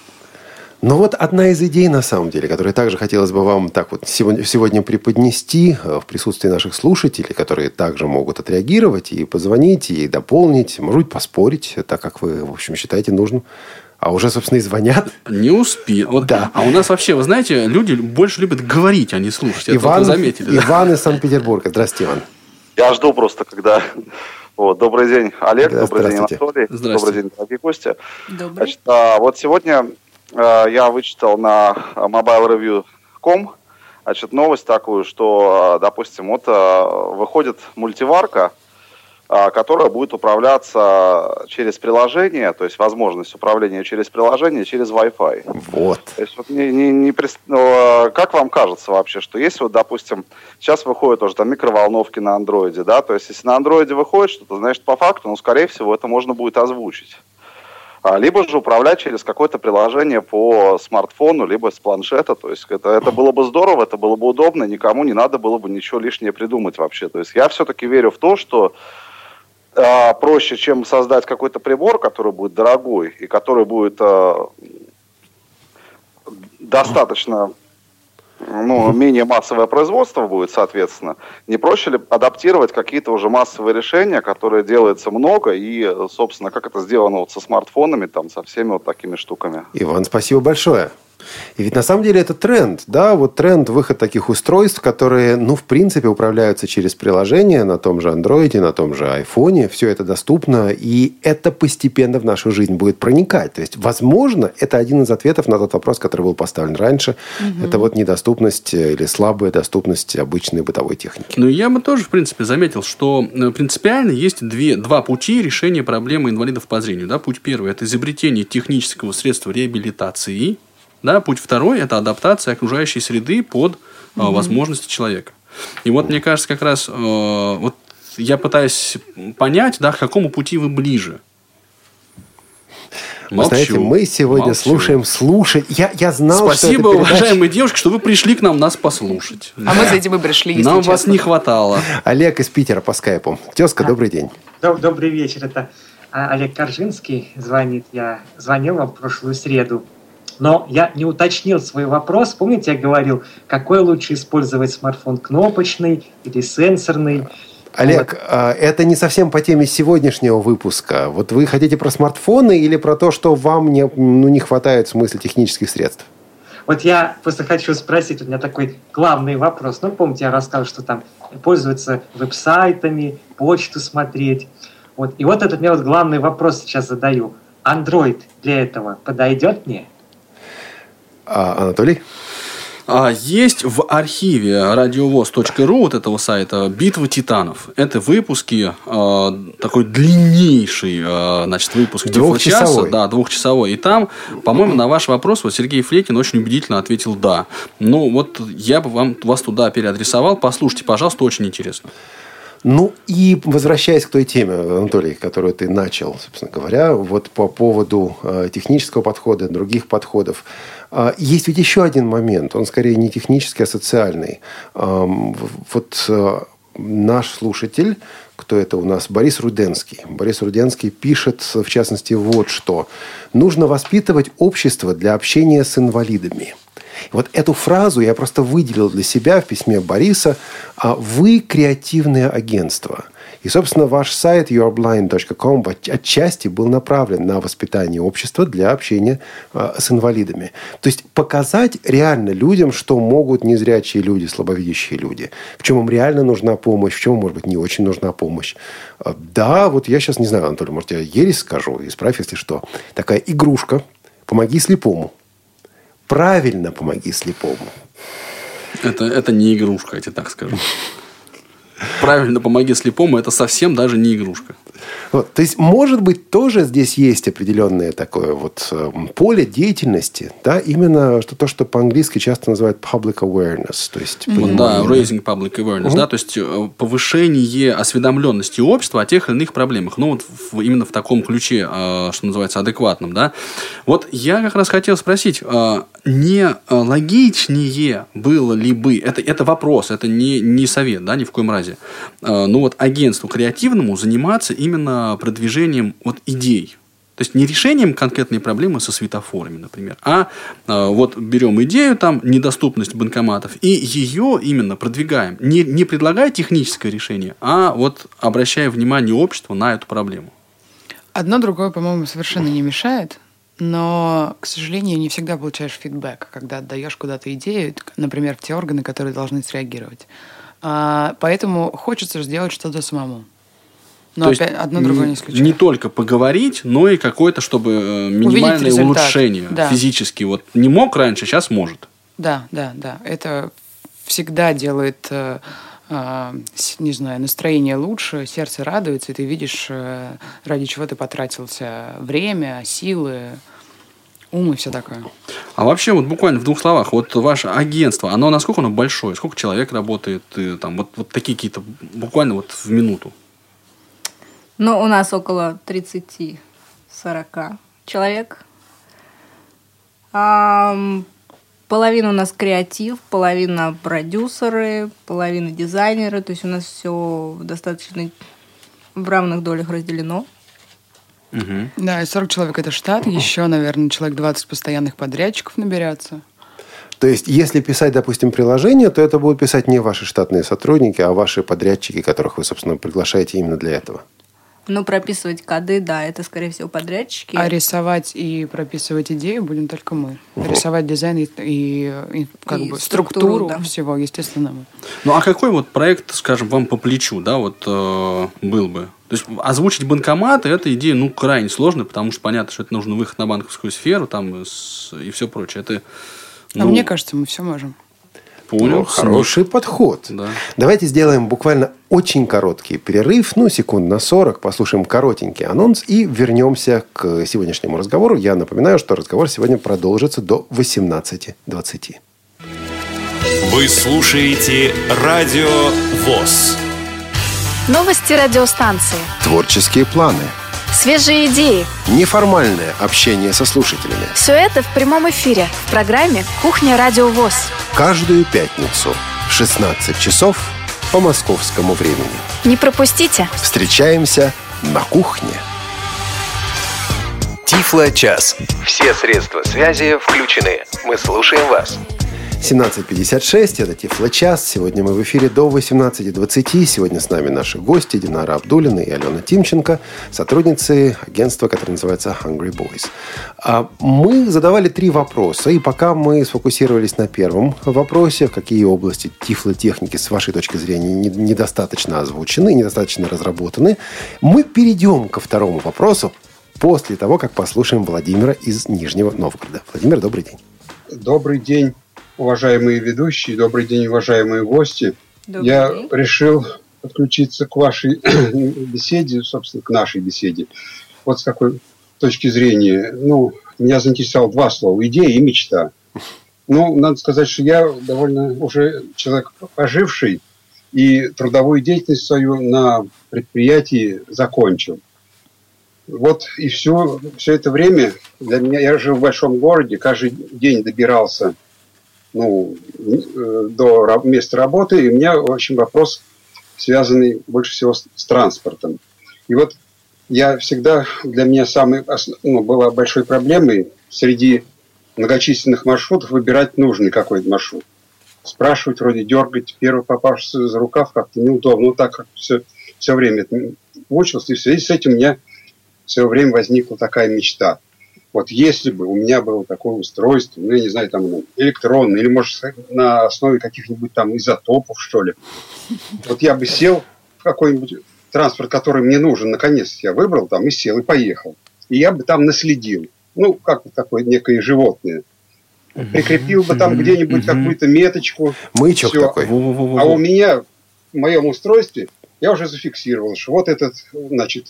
Ну вот одна из идей, на самом деле, которую также хотелось бы вам так вот сегодня, сегодня преподнести э, в присутствии наших слушателей, которые также могут отреагировать и позвонить, и дополнить, может быть, поспорить, так как вы, в общем, считаете нужным. А уже, собственно, и звонят. Не успел. Вот, Да. А у нас вообще, вы знаете, люди больше любят говорить, а не слушать. Это вот Иван, вы заметили, да? Иван из Санкт-Петербурга. Здравствуйте, Иван. Я жду просто, когда... Вот, добрый день, Олег, Да, добрый день, здравствуйте. Анатолий, Здравствуйте. добрый день, дорогие гости. Добрый. Значит, а, вот сегодня а, я вычитал на мобайл ревью точка ком, значит, новость такую, что, а, допустим, вот а, выходит мультиварка, а, которая будет управляться через приложение, то есть возможность управления через приложение, через Wi-Fi. Вот. То есть, вот не, не, не прис- ну, как вам кажется вообще, что если, вот, допустим, сейчас выходят тоже там микроволновки на андроиде, да, то есть если на андроиде выходит что-то, значит, по факту, ну, скорее всего, это можно будет озвучить. А, либо же управлять через какое-то приложение по смартфону, либо с планшета, то есть это, это было бы здорово, это было бы удобно, никому не надо было бы ничего лишнее придумать вообще. То есть я все-таки верю в то, что а, проще, чем создать какой-то прибор, который будет дорогой и который будет а, достаточно, ну, менее массовое производство будет, соответственно, не проще ли адаптировать какие-то уже массовые решения, которые делается много, и, собственно, как это сделано вот со смартфонами, там, со всеми вот такими штуками. Иван, спасибо большое. И ведь на самом деле это тренд, да, вот тренд, выход таких устройств, которые, ну, в принципе, управляются через приложение на том же андроиде, на том же айфоне, все это доступно, и это постепенно в нашу жизнь будет проникать. То есть, возможно, это один из ответов на тот вопрос, который был поставлен раньше, угу. Это вот недоступность или слабая доступность обычной бытовой техники. Ну, я бы тоже, в принципе, заметил, что принципиально есть две, два пути решения проблемы инвалидов по зрению. Да? Путь первый – это изобретение технического средства реабилитации. Да, путь второй – это адаптация окружающей среды под э, mm-hmm. возможности человека. И вот, мне кажется, как раз э, вот я пытаюсь понять, да, к какому пути вы ближе. Вы знаете, мы сегодня молчу. слушаем слушать. Я, я знал, Спасибо, что это передача... уважаемые девушки, что вы пришли к нам нас послушать. А мы за этим и пришли, если Нам честно. вас не хватало. Олег из Питера по скайпу. Тезка, А. добрый день. Доб- Добрый вечер. Это а, Олег Коржинский звонит. Я звонил вам в прошлую среду. Но я не уточнил свой вопрос. Помните, я говорил, какой лучше использовать смартфон, кнопочный или сенсорный? Олег, вот. Это не совсем по теме сегодняшнего выпуска. Вот вы хотите про смартфоны или про то, что вам не, ну, не хватает в смысле технических средств? Вот я просто хочу спросить, у меня такой главный вопрос. Ну, помните, я рассказывал, что там пользоваться веб-сайтами, почту смотреть. Вот. И вот этот мне вот главный вопрос сейчас задаю. Android для этого подойдет мне? А, Анатолий? А, есть в архиве радиовоз точка ру вот этого сайта «Битва титанов». Это выпуски, э, такой длиннейший э, значит, выпуск двухчасовой. Да, двухчасовой. И там, по-моему, на ваш вопрос вот Сергей Флетин очень убедительно ответил «да». Ну, вот я бы вам, вас туда переадресовал. Послушайте, пожалуйста, очень интересно. Ну, и возвращаясь к той теме, Анатолий, которую ты начал, собственно говоря, вот по поводу э, технического подхода, других подходов. Э, есть ведь еще один момент, он скорее не технический, а социальный. Э, вот э, наш слушатель, кто это у нас? Борис Руденский. Борис Руденский пишет, в частности, вот что. Нужно воспитывать общество для общения с инвалидами. Вот эту фразу я просто выделил для себя в письме Бориса. Вы креативное агентство. И, собственно, ваш сайт ю ар блайнд точка ком отчасти был направлен на воспитание общества для общения с инвалидами. То есть показать реально людям, что могут незрячие люди, слабовидящие люди. В чем им реально нужна помощь, в чем, может быть, не очень нужна помощь. Да, вот я сейчас не знаю, Анатолий, может, я ересь скажу, исправь, если что. Такая игрушка «Помоги слепому». Правильно помоги слепому. Это, это не игрушка, я тебе так скажу. Правильно помоги слепому, это совсем даже не игрушка. Вот, то есть, может быть, тоже здесь есть определенное такое вот э, поле деятельности, да, именно что, то, что по-английски часто называют public awareness. То есть, mm-hmm. Да, raising public awareness, mm-hmm. да, то есть повышение осведомленности общества о тех или иных проблемах. Ну, вот в, именно в таком ключе, э, что называется, адекватном, да. Вот я как раз хотел спросить, э, не логичнее было ли бы, это, это вопрос, это не, не совет, да, ни в коем разе, э, ну вот агентству креативному заниматься именно продвижением вот идей. То есть не решением конкретной проблемы со светофорами, например, а э, вот берем идею, там, недоступность банкоматов, и ее именно продвигаем. Не, не предлагая техническое решение, а вот обращая внимание общества на эту проблему. Одно другое, по-моему, совершенно не мешает. Но, к сожалению, не всегда получаешь фидбэк, когда отдаешь куда-то идею, например, в те органы, которые должны среагировать. А, поэтому хочется сделать что-то самому. Но То опять есть одно другое не исключает. Не только поговорить, но и какое-то, чтобы минимальное улучшение да. физически. Вот не мог раньше, сейчас может. Да, да, да. Это всегда делает, не знаю, настроение лучше, сердце радуется, и ты видишь, ради чего ты потратился время, силы, ум и все такое. А вообще, вот буквально в двух словах, вот ваше агентство, оно насколько оно большое? Сколько человек работает? Там, вот, вот такие какие-то, буквально вот в минуту. Ну, у нас около тридцать-сорок человек. А, половина у нас креатив, половина продюсеры, половина дизайнеры. То есть у нас все достаточно в равных долях разделено. Угу. Да, и сорок человек – это штат. Еще, наверное, человек двадцать постоянных подрядчиков наберется. То есть, если писать, допустим, приложение, то это будут писать не ваши штатные сотрудники, а ваши подрядчики, которых вы, собственно, приглашаете именно для этого. Ну, прописывать коды, да, это, скорее всего, подрядчики. А рисовать и прописывать идею будем только мы. Угу. Рисовать дизайн и, и, и как и бы структуру, структуру да. всего, естественно, мы. Ну, а какой вот проект, скажем, вам по плечу, да, вот э, был бы? То есть, озвучить банкоматы, эта идея, ну, крайне сложная, потому что понятно, что это нужно выход на банковскую сферу там, с, и все прочее. Это, ну... А мне кажется, мы все можем. Понял. Ну, хороший подход. Да. Давайте сделаем буквально очень короткий перерыв, ну, секунд на сорок, послушаем коротенький анонс и вернемся к сегодняшнему разговору. Я напоминаю, что разговор сегодня продолжится до восемнадцати двадцати. Вы слушаете Радио ВОС. Новости радиостанции. Творческие планы. Свежие идеи. Неформальное общение со слушателями. Все это в прямом эфире в программе «Кухня Радио ВОС». Каждую пятницу в шестнадцать часов по московскому времени. Не пропустите. Встречаемся на кухне. Тифло-час. Все средства связи включены. Мы слушаем вас. семнадцать пятьдесят шесть, это Тифло-час. Сегодня мы в эфире до восемнадцати двадцати. Сегодня с нами наши гости Динара Абдуллина и Алена Тимченко, сотрудницы агентства, которое называется Hungry Boys. Мы задавали три вопроса, и пока мы сфокусировались на первом вопросе, в какие области тифлотехники, с вашей точки зрения, недостаточно озвучены, недостаточно разработаны, мы перейдем ко второму вопросу после того, как послушаем Владимира из Нижнего Новгорода. Владимир, добрый день. Добрый день, уважаемые ведущие, добрый день, уважаемые гости. Добрый Я день. решил подключиться к вашей беседе, собственно, к нашей беседе. Вот с какой точки зрения. Ну, меня заинтересовало два слова: идея и мечта. Ну, надо сказать, что я довольно уже человек поживший, и трудовую деятельность свою на предприятии закончил. Вот и все, все это время для меня, я жил в большом городе, каждый день добирался ну, до места работы, и у меня, в общем, вопрос, связанный больше всего с, с транспортом. И вот я всегда, для меня самой, ну, была большой проблемой среди многочисленных маршрутов выбирать нужный какой-то маршрут. Спрашивать, вроде дергать первый попавшийся за рукав как-то неудобно. Ну, так как все, все время это мучился, и в связи с этим у меня все время возникла такая мечта. Вот если бы у меня было такое устройство, ну, я не знаю, там, электронное, или, может, на основе каких-нибудь там изотопов, что ли, вот я бы сел в какой-нибудь транспорт, который мне нужен, наконец я выбрал там и сел, и поехал. И я бы там наследил. Ну, как такое некое животное. Прикрепил бы там где-нибудь какую-то меточку. Маячок все. такой. А у меня в моем устройстве я уже зафиксировал, что вот этот, значит,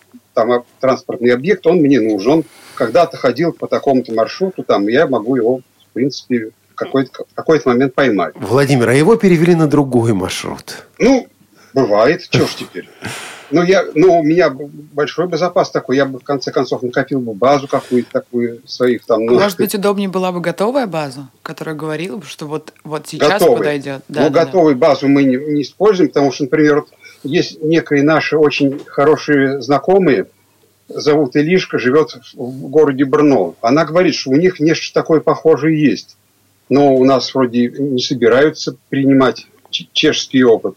там транспортный объект, он мне нужен. Он когда-то ходил по такому-то маршруту, там, я могу его, в принципе, в какой-то, в какой-то момент поймать. Владимир, а его перевели на другой маршрут? Ну, бывает. Чего ж теперь? Ну, я, ну, у меня большой бы запас такой. Я бы, в конце концов, накопил бы базу какую-то такую своих там... Ну, может быть, удобнее была бы готовая база, которая говорила бы, что вот, вот сейчас готовый. подойдет. Да, ну, да, готовую да. базу мы не, не используем, потому что, например, вот есть некие наши очень хорошие знакомые, зовут Илишка, живет в городе Брно. Она говорит, что у них нечто такое похожее есть. Но у нас вроде не собираются принимать чешский опыт.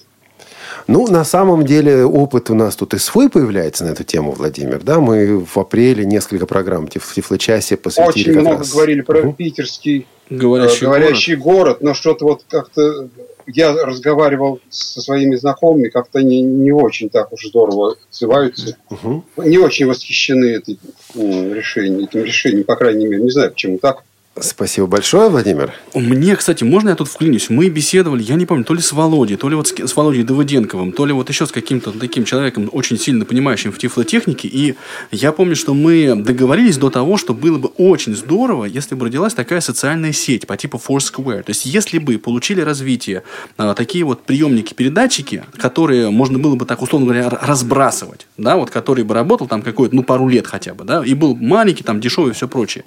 Ну, на самом деле, опыт у нас тут и свой появляется на эту тему, Владимир. Да, мы в апреле несколько программ в Тифлочасе посвятили. Очень много раз... говорили про угу. питерский говорящий, э, говорящий город. город, но что-то вот как-то я разговаривал со своими знакомыми, как-то они не очень так уж здорово отзываются, угу. не очень восхищены этим, ну, решением, этим решением, по крайней мере, не знаю, почему так. Спасибо большое, Владимир. Мне, кстати, можно я тут вклинюсь? Мы беседовали, я не помню, то ли с Володей, то ли вот с, с Володей Давыденковым, то ли вот еще с каким-то таким человеком, очень сильно понимающим в тифлотехнике. И я помню, что мы договорились до того, что было бы очень здорово, если бы родилась такая социальная сеть по типу Foursquare. То есть, если бы получили развитие а, такие вот приемники-передатчики, которые можно было бы так, условно говоря, разбрасывать, да, вот который бы работал там какое-то, ну, пару лет хотя бы, да, и был маленький, там, дешевый и все прочее.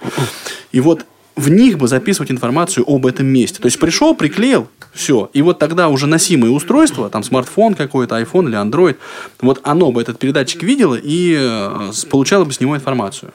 И вот в них бы записывать информацию об этом месте. То есть, пришел, приклеил, все. И вот тогда уже носимое устройство, там смартфон какой-то, iPhone или Android, вот оно бы этот передатчик видело и получало бы с него информацию.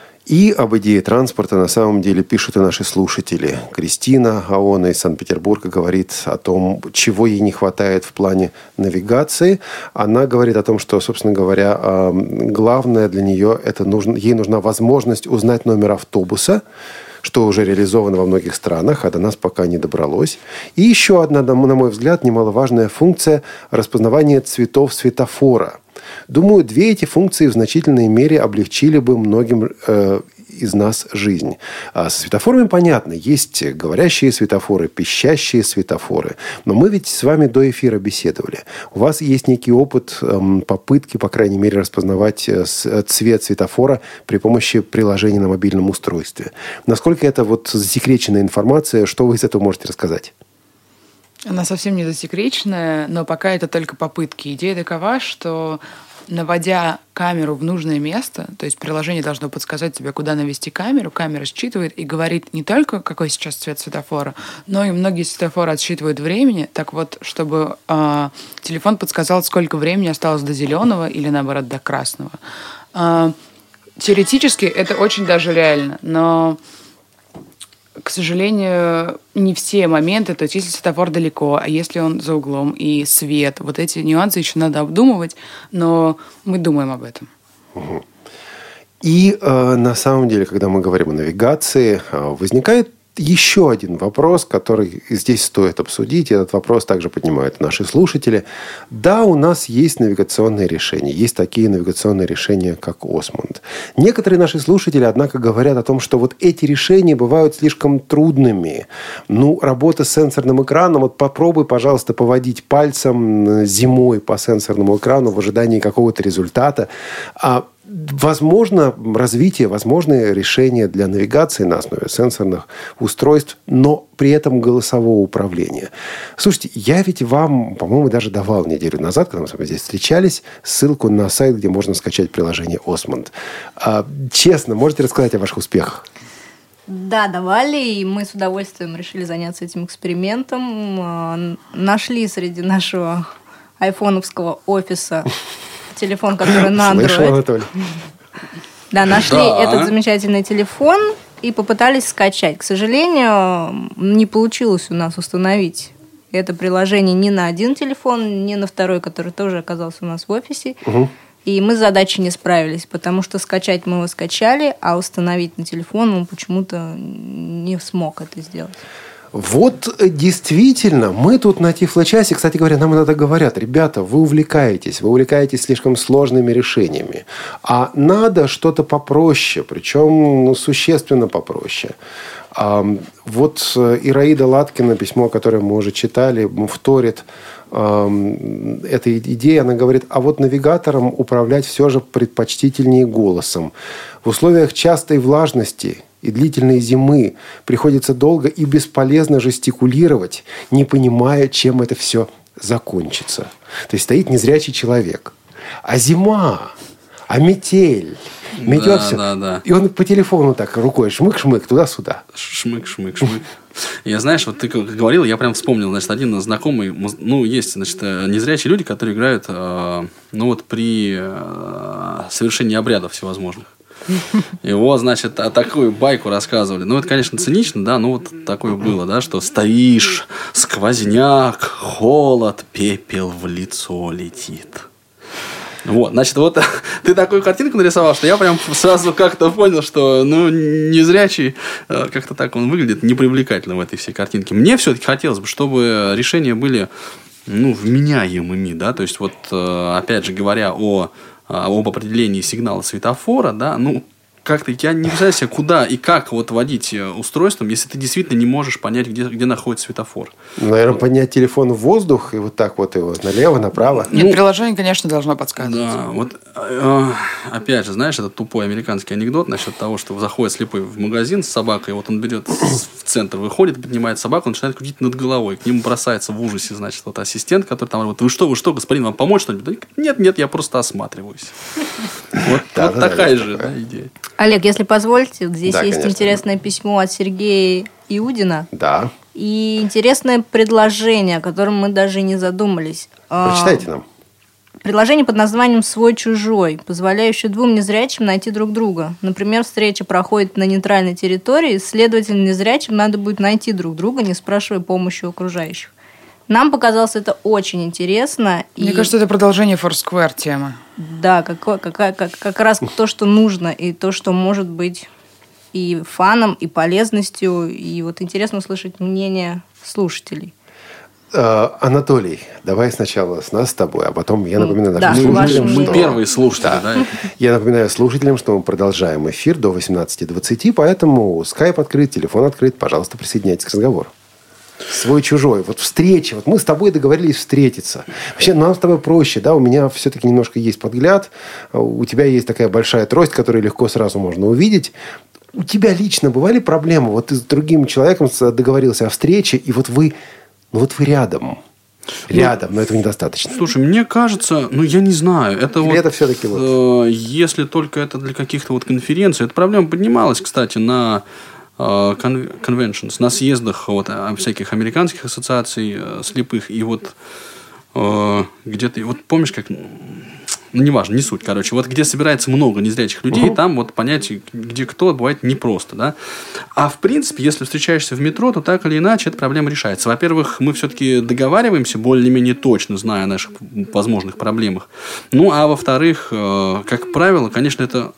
И об идее транспорта на самом деле пишут и наши слушатели. Кристина Аона из Санкт-Петербурга говорит о том, чего ей не хватает в плане навигации. Она говорит о том, что, собственно говоря, главное для нее, это нужно, ей нужна возможность узнать номер автобуса, что уже реализовано во многих странах, а до нас пока не добралось. И еще одна, на мой взгляд, немаловажная функция – распознавание цветов светофора. Думаю, две эти функции в значительной мере облегчили бы многим э, из нас жизнь. А с светофорами понятно. Есть говорящие светофоры, пищащие светофоры. Но мы ведь с вами до эфира беседовали. У вас есть некий опыт э, попытки, по крайней мере, распознавать э, цвет светофора при помощи приложения на мобильном устройстве. Насколько это вот засекреченная информация, что вы из этого можете рассказать? Она совсем не засекреченная, но пока это только попытки. Идея такова, что наводя камеру в нужное место, то есть приложение должно подсказать тебе, куда навести камеру, камера считывает и говорит не только, какой сейчас цвет светофора, но и многие светофоры отсчитывают времени. Так вот, чтобы э, телефон подсказал, сколько времени осталось до зеленого или, наоборот, до красного. Э, теоретически это очень даже реально, но... К сожалению, не все моменты, то есть если светофор далеко, а если он за углом, и свет, вот эти нюансы еще надо обдумывать, но мы думаем об этом. И э, на самом деле, когда мы говорим о навигации, э, возникает еще один вопрос, который здесь стоит обсудить. Этот вопрос также поднимают наши слушатели. Да, у нас есть навигационные решения. Есть такие навигационные решения, как Осмонд. Некоторые наши слушатели, однако, говорят о том, что вот эти решения бывают слишком трудными. Ну, работа с сенсорным экраном. Вот попробуй, пожалуйста, поводить пальцем зимой по сенсорному экрану в ожидании какого-то результата. А Возможно развитие, возможны решения для навигации на основе сенсорных устройств, но при этом голосового управления. Слушайте, я ведь вам, по-моему, даже давал неделю назад, когда мы с вами здесь встречались, ссылку на сайт, где можно скачать приложение Osmond. А, честно, можете рассказать о ваших успехах? Да, давали, и мы с удовольствием решили заняться этим экспериментом. Нашли среди нашего айфоновского офиса телефон, который на Android. Слышал, Анатолий? Да, нашли Да. этот замечательный телефон и попытались скачать. К сожалению, не получилось у нас установить это приложение ни на один телефон, ни на второй, который тоже оказался у нас в офисе. Угу. И мы с задачей не справились, потому что скачать мы его скачали, а установить на телефон он почему-то не смог это сделать. Вот действительно, мы тут на Тифлочасе, кстати говоря, нам иногда говорят: ребята, вы увлекаетесь, вы увлекаетесь слишком сложными решениями, а надо что-то попроще, причем ну, существенно попроще. А, вот Ираида Латкина, письмо, которое мы уже читали, вторит а, этой идее. Она говорит: а вот навигатором управлять все же предпочтительнее голосом. В условиях частой влажности и длительной зимы приходится долго и бесполезно жестикулировать, не понимая, чем это все закончится. То есть стоит незрячий человек. А зима, а метель, метет Да, все. да, да. И он по телефону так рукой шмык-шмык туда-сюда. Шмык, шмык, шмык. Я, знаешь, вот ты как говорил, я прям вспомнил, значит, один знакомый, ну, есть, значит, незрячие люди, которые играют, э, ну, вот при э, совершении обрядов всевозможных. Его, значит, такую байку рассказывали. Ну, это, конечно, цинично, да, но вот такое было, да, что стоишь, сквозняк, холод, пепел в лицо летит. Вот, значит, вот ты такую картинку нарисовал, что я прям сразу как-то понял, что, ну, незрячий, как-то так он выглядит непривлекательно в этой всей картинке. Мне все-таки хотелось бы, чтобы решения были, ну, вменяемыми, да, то есть, вот, опять же, говоря о об определении сигнала светофора, да, ну, как-то я не представляю себе, куда и как вот водить устройством, если ты действительно не можешь понять, где, где находится светофор. Наверное, вот. Поднять телефон в воздух и вот так вот его налево, направо. Нет, Ну, приложение, конечно, должно подсказывать. Да, вот э, опять же, знаешь, этот тупой американский анекдот насчет того, что заходит слепой в магазин с собакой, вот он берет в центр, выходит, поднимает собаку, начинает крутить над головой. К нему бросается в ужасе, значит, вот ассистент, который там говорит: вы что, вы что, господин, вам помочь что-нибудь? Нет, нет, я просто осматриваюсь. Вот такая же идея. Олег, если позволите, вот здесь Да, есть конечно. интересное письмо от Сергея Иудина. Да. И интересное предложение, о котором мы даже и не задумались. Прочитайте нам. Предложение под названием «Свой-чужой», позволяющее двум незрячим найти друг друга. Например, встреча проходит на нейтральной территории, следовательно, незрячим надо будет найти друг друга, не спрашивая помощи у окружающих. Нам показалось это очень интересно. Мне и... кажется, это продолжение Foursquare темы. Да, как, как, как, как раз то, что нужно, и то, что может быть и фаном, и полезностью. И вот интересно услышать мнение слушателей. А, Анатолий, давай сначала с нас с тобой, а потом я напоминаю Да, нашим слушателям, Мы что... первые слушатели, да. Да. Я напоминаю слушателям, что мы продолжаем эфир до восемнадцати двадцати, поэтому скайп открыт, телефон открыт, пожалуйста, присоединяйтесь к разговору. Свой-чужой. Вот встреча. Вот мы с тобой договорились встретиться. Вообще, нам с тобой проще, да? У меня все-таки немножко есть подгляд. У тебя есть такая большая трость, которую легко сразу можно увидеть. У тебя лично бывали проблемы? Вот ты с другим человеком договорился о встрече, и вот вы, ну вот вы рядом. Рядом, ну, но этого недостаточно. Слушай, мне кажется, ну, я не знаю. Это Или вот, это все-таки вот... э, если только это для каких-то вот конференций. Эта проблема поднималась, кстати, на conventions, на съездах вот, всяких американских ассоциаций э, слепых. И вот э, где-то, вот помнишь, как, ну, неважно, не суть, короче, вот где собирается много незрячих людей, uh-huh. там вот понять, где кто, бывает непросто, да. А в принципе, если встречаешься в метро, то так или иначе эта проблема решается. Во-первых, мы все-таки договариваемся более-менее точно, зная о наших возможных проблемах. Ну, а во-вторых, э, как правило, конечно, это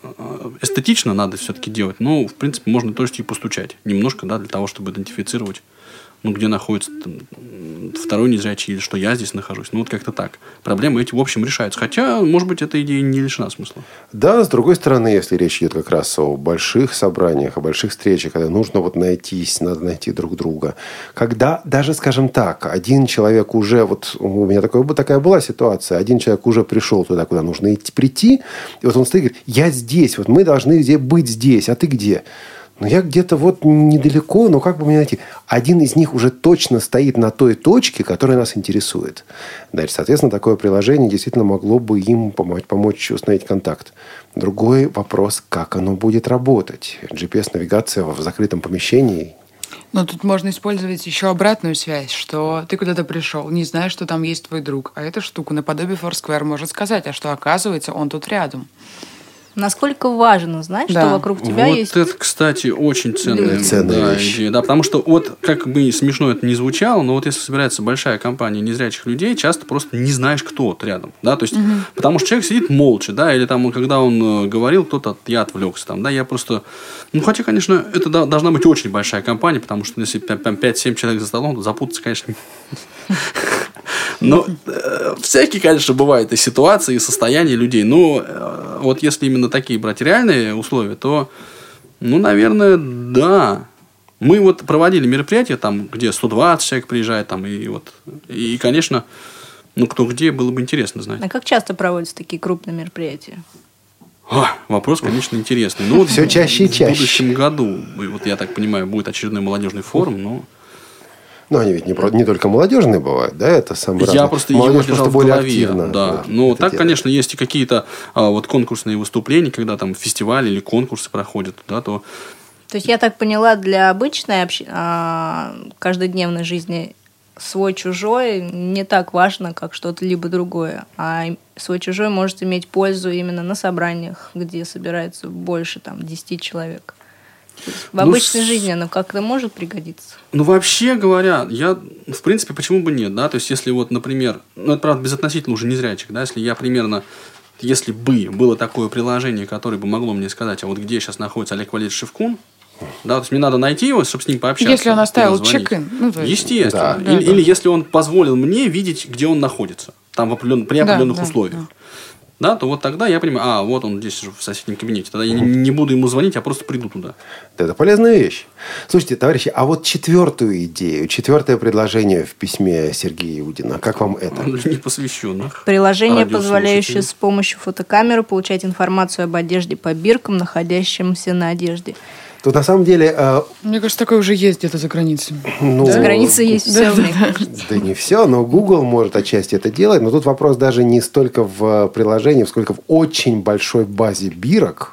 эстетично надо все-таки делать, но, в принципе, можно тоже и постучать немножко, да, для того, чтобы идентифицировать ну, где находится там, второй незрячий, или что я здесь нахожусь. Ну, вот как-то так. Проблемы эти, в общем, решаются. Хотя, может быть, эта идея не лишена смысла. Да, с другой стороны, если речь идет как раз о больших собраниях, о больших встречах, когда нужно вот найтись, надо найти друг друга. Когда даже, скажем так, один человек уже, вот у меня такое, такая была ситуация, один человек уже пришел туда, куда нужно идти, прийти, и вот он стоит и говорит, я здесь, вот мы должны где быть здесь, а ты где? Ну, я где-то вот недалеко, но как бы мне найти? Один из них уже точно стоит на той точке, которая нас интересует. Дальше, соответственно, такое приложение действительно могло бы им помочь, помочь установить контакт. Другой вопрос, как оно будет работать. джи пи эс-навигация в закрытом помещении. Но тут можно использовать еще обратную связь, что ты куда-то пришел, не знаешь, что там есть твой друг, а эта штука наподобие Foursquare может сказать, а что оказывается он тут рядом. Насколько важно знать, да. что вокруг тебя вот есть... Вот это, кстати, очень ценная, ценная да, вещь. идея. Да, потому что, вот, как бы смешно это ни звучало, но вот если собирается большая компания незрячих людей, часто просто не знаешь, кто вот рядом. Да? То есть, угу. Потому что человек сидит молча, да, или там, когда он говорил, кто-то, я отвлекся. Там, да, я просто... Ну, хотя, конечно, это должна быть очень большая компания, потому что если пять-семь человек за столом, то запутаться, конечно... Но э, всякие, конечно, бывают и ситуации, и состояния людей. Но э, вот если именно такие брать реальные условия, то, ну, наверное, да. Мы вот проводили мероприятия, там, где сто двадцать человек приезжает, там, и вот, и, конечно, ну, кто где, было бы интересно знать. А как часто проводятся такие крупные мероприятия? О, вопрос, конечно, интересный. Ну, вот все чаще и чаще. В будущем году, вот я так понимаю, будет очередной молодежный форум, но... Но они ведь не, не только молодежные бывают, да, это самое разное. Я просто молодежь его просто в более голове, активно. да. Да, но так, делает. Конечно, есть и какие-то а, вот конкурсные выступления, когда там фестивали или конкурсы проходят, да, то... То есть, я так поняла, для обычной общ... а, каждодневной жизни свой-чужой не так важно, как что-то либо другое. А свой-чужой может иметь пользу именно на собраниях, где собирается больше там, десять человек. В обычной ну, жизни оно как-то может пригодиться? Ну, вообще говоря, я, в принципе, почему бы нет, да, то есть, если вот, например, ну, это, правда, безотносительно уже незрячих, да, если я примерно, если бы было такое приложение, которое бы могло мне сказать, а вот где сейчас находится Олег Валерьевич Шевкун, да, то есть, мне надо найти его, чтобы с ним пообщаться. Если он оставил чек-ин. Ну, есть... Естественно. Да, или, да, или да. если он позволил мне видеть, где он находится, там в определен... при определенных да, условиях. Да, да. Да, то вот тогда я понимаю, а, вот он здесь в соседнем кабинете. Тогда я не, не буду ему звонить, а просто приду туда. Это полезная вещь. Слушайте, товарищи, а вот четвертую идею, четвертое предложение в письме Сергея Иудина, как вам это? Для непосвященных. Приложение, позволяющее с помощью фотокамеры получать информацию об одежде по биркам, находящимся на одежде. Тут на самом деле... Э, Мне кажется, такое уже есть где-то за границей. Ну, за границей есть все, мне кажется. Да не все, но Google может отчасти это делать. Но тут вопрос даже не столько в приложении, сколько в очень большой базе бирок,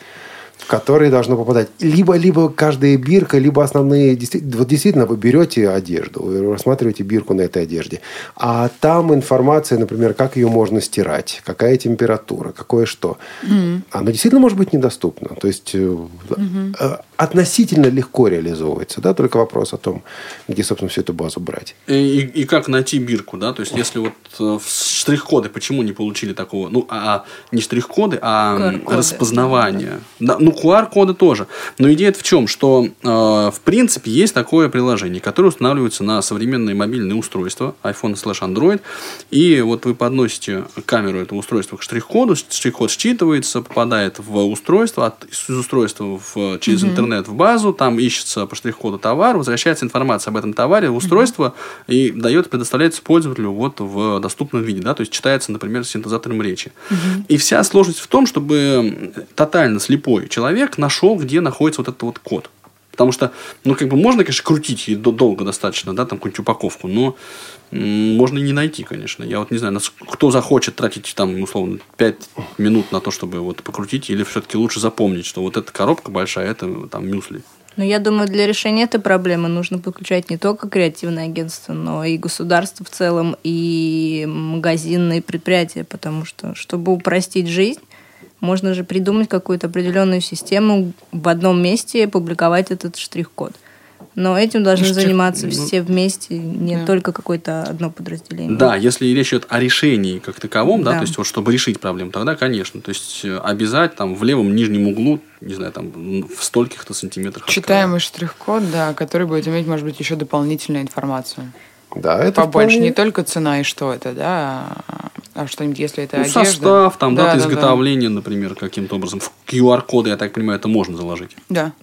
в которые должно попадать либо, либо каждая бирка, либо основные... Вот действительно, вы берете одежду, вы рассматриваете бирку на этой одежде, а там информация, например, как ее можно стирать, какая температура, какое что. Mm-hmm. Оно действительно может быть недоступно. То есть, mm-hmm. относительно легко реализовывается. Да? Только вопрос о том, где, собственно, всю эту базу брать. И, и, и как найти бирку, да? То есть, если вот в штрих-коды почему не получили такого... Ну, а не штрих-коды, а ку ар-коды. Распознавание. Да, ну, ку ар-коды тоже. Но идея в чем? Что, э, в принципе, есть такое приложение, которое устанавливается на современные мобильные устройства, iPhone слэш Android. И вот вы подносите камеру этого устройства к штрих-коду, штрих-код считывается, попадает в устройство, от, из устройства в, через mm-hmm. интернет в базу, там ищется по штрих-коду товар, возвращается информация об этом товаре в устройство mm-hmm. и дает, предоставляется пользователю вот в доступном виде. Да? То есть, читается, например, синтезатором речи. Mm-hmm. И вся сложность в том, чтобы тотально слепой человек Человек нашел, где находится вот этот вот код. Потому что, ну, как бы можно, конечно, крутить и долго достаточно, да, там какую-нибудь упаковку, но м- можно и не найти, конечно. Я вот не знаю, кто захочет тратить, там, условно, пять минут на то, чтобы вот покрутить, или все-таки лучше запомнить, что вот эта коробка большая, это там мюсли. Ну, я думаю, для решения этой проблемы нужно подключать не только креативное агентство, но и государство в целом, и магазинные предприятия, потому что, чтобы упростить жизнь, можно же придумать какую-то определенную систему в одном месте, публиковать этот штрих-код. Но этим должны Слушайте, заниматься ну, все вместе, не да. только какое-то одно подразделение. Да, если речь идет о решении как таковом, да, Да. то есть вот чтобы решить проблему, тогда, конечно, то есть обязать там в левом нижнем углу, не знаю, там в стольких-то сантиметрах. Читаемый штрих-код, да, который будет иметь, может быть, еще дополнительную информацию. Да, это Побольше, вполне... не только цена и что это, да, а что-нибудь, если это Ну, одежда. состав, там, да, дата да, изготовления, например, каким-то образом. В ку ар-коды, я так понимаю, это можно заложить. Да.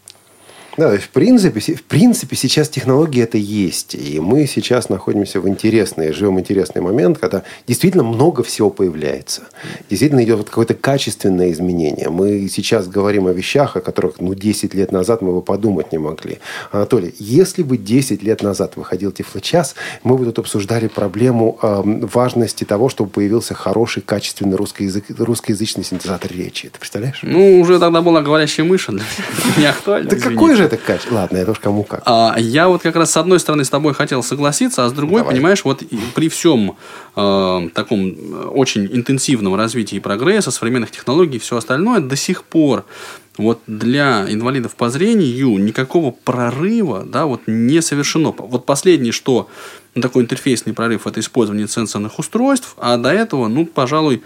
Да, то есть, в принципе, в принципе, сейчас технологии это есть. И мы сейчас находимся в интересный, живем интересный момент, когда действительно много всего появляется. Действительно идет вот какое-то качественное изменение. Мы сейчас говорим о вещах, о которых ну, десять лет назад мы бы подумать не могли. Анатолий, если бы десять лет назад выходил Тифлочас, мы бы тут обсуждали проблему э, важности того, чтобы появился хороший, качественный русскоязык, русскоязычный синтезатор речи. Ты представляешь? Ну, уже тогда была говорящая мышь, для не актуально. Да какой же это качество? Ладно, это уж кому как. А, я вот как раз с одной стороны с тобой хотел согласиться, а с другой, Давай. понимаешь, вот при всем э, таком очень интенсивном развитии прогресса, современных технологий и все остальное, до сих пор вот для инвалидов по зрению никакого прорыва, да, вот не совершено. Вот последнее, что ну, такой интерфейсный прорыв, это использование сенсорных устройств, а до этого, ну, пожалуй,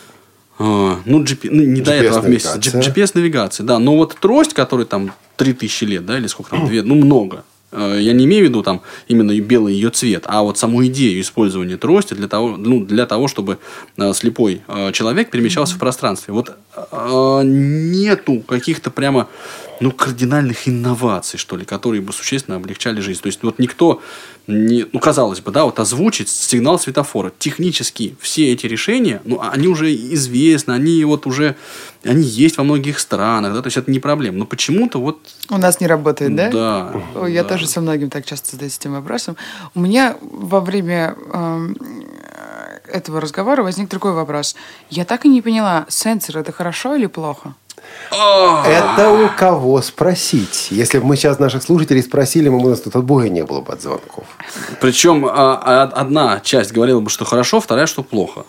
Uh, ну, джи пи, ну, не до этого вместе. джи пи эс-навигация, да. Но вот трость, которой там три тысячи лет, да, или сколько там, две, ну, много. Uh, я не имею в виду там именно белый ее цвет, а вот саму идею использования трости для того, ну, для того чтобы uh, слепой uh, человек перемещался mm-hmm. в пространстве. Вот uh, нету каких-то прямо ну, кардинальных инноваций, что ли, которые бы существенно облегчали жизнь. То есть, вот никто, не, ну, казалось бы, да, вот озвучить сигнал светофора. Технически все эти решения, ну, они уже известны, они вот уже, они есть во многих странах, да, то есть, это не проблема. Но почему-то вот... У нас не работает, да? Да. Ой, я да. тоже со многим так часто задаюсь этим вопросом. У меня во время э, этого разговора возник другой вопрос. Я так и не поняла, сенсор это хорошо или плохо? Это у кого спросить? Если бы мы сейчас наших слушателей спросили, мы, у нас тут отбоя не было бы от звонков. Причем одна часть говорила бы, что хорошо, вторая, что плохо.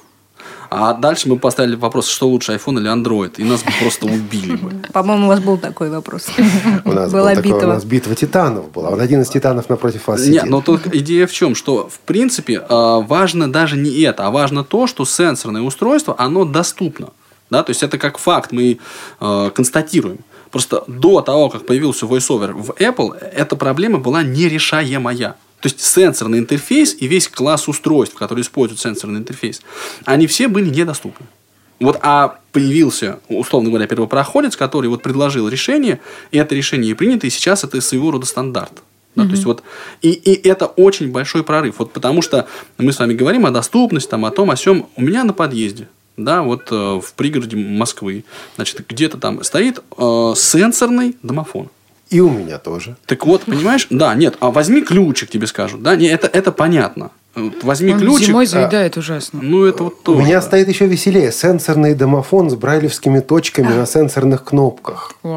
А дальше мы поставили вопрос, что лучше, iPhone или Android, и нас бы просто убили бы. По-моему, у вас был такой вопрос. У нас была был такой, битва. У нас битва титанов была. Вот один из титанов напротив вас сидит. Нет, но тут идея в чем, что в принципе важно даже не это, а важно то, что сенсорное устройство, оно доступно. Да, то есть это как факт, мы э, констатируем. Просто до того, как появился VoiceOver в Apple, эта проблема была нерешаемая. То есть сенсорный интерфейс и весь класс устройств, которые используют сенсорный интерфейс, они все были недоступны. Вот, а появился, условно говоря, первопроходец, который вот предложил решение, и это решение принято, и сейчас это своего рода стандарт. Да, mm-hmm. то есть вот, и, и это очень большой прорыв. Вот, потому что мы с вами говорим о доступности, там, о том, о сём. У меня на подъезде. Да, вот э, в пригороде Москвы, значит, где-то там стоит э, сенсорный домофон. И у меня тоже. Так вот, понимаешь, да, нет, а возьми ключик, тебе скажут, да, не, это, это понятно. Возьми Он ключик. зимой заедает а, ужасно. Ну, это вот тоже. У меня стоит еще веселее. Сенсорный домофон с брайлевскими точками на сенсорных кнопках. Вау,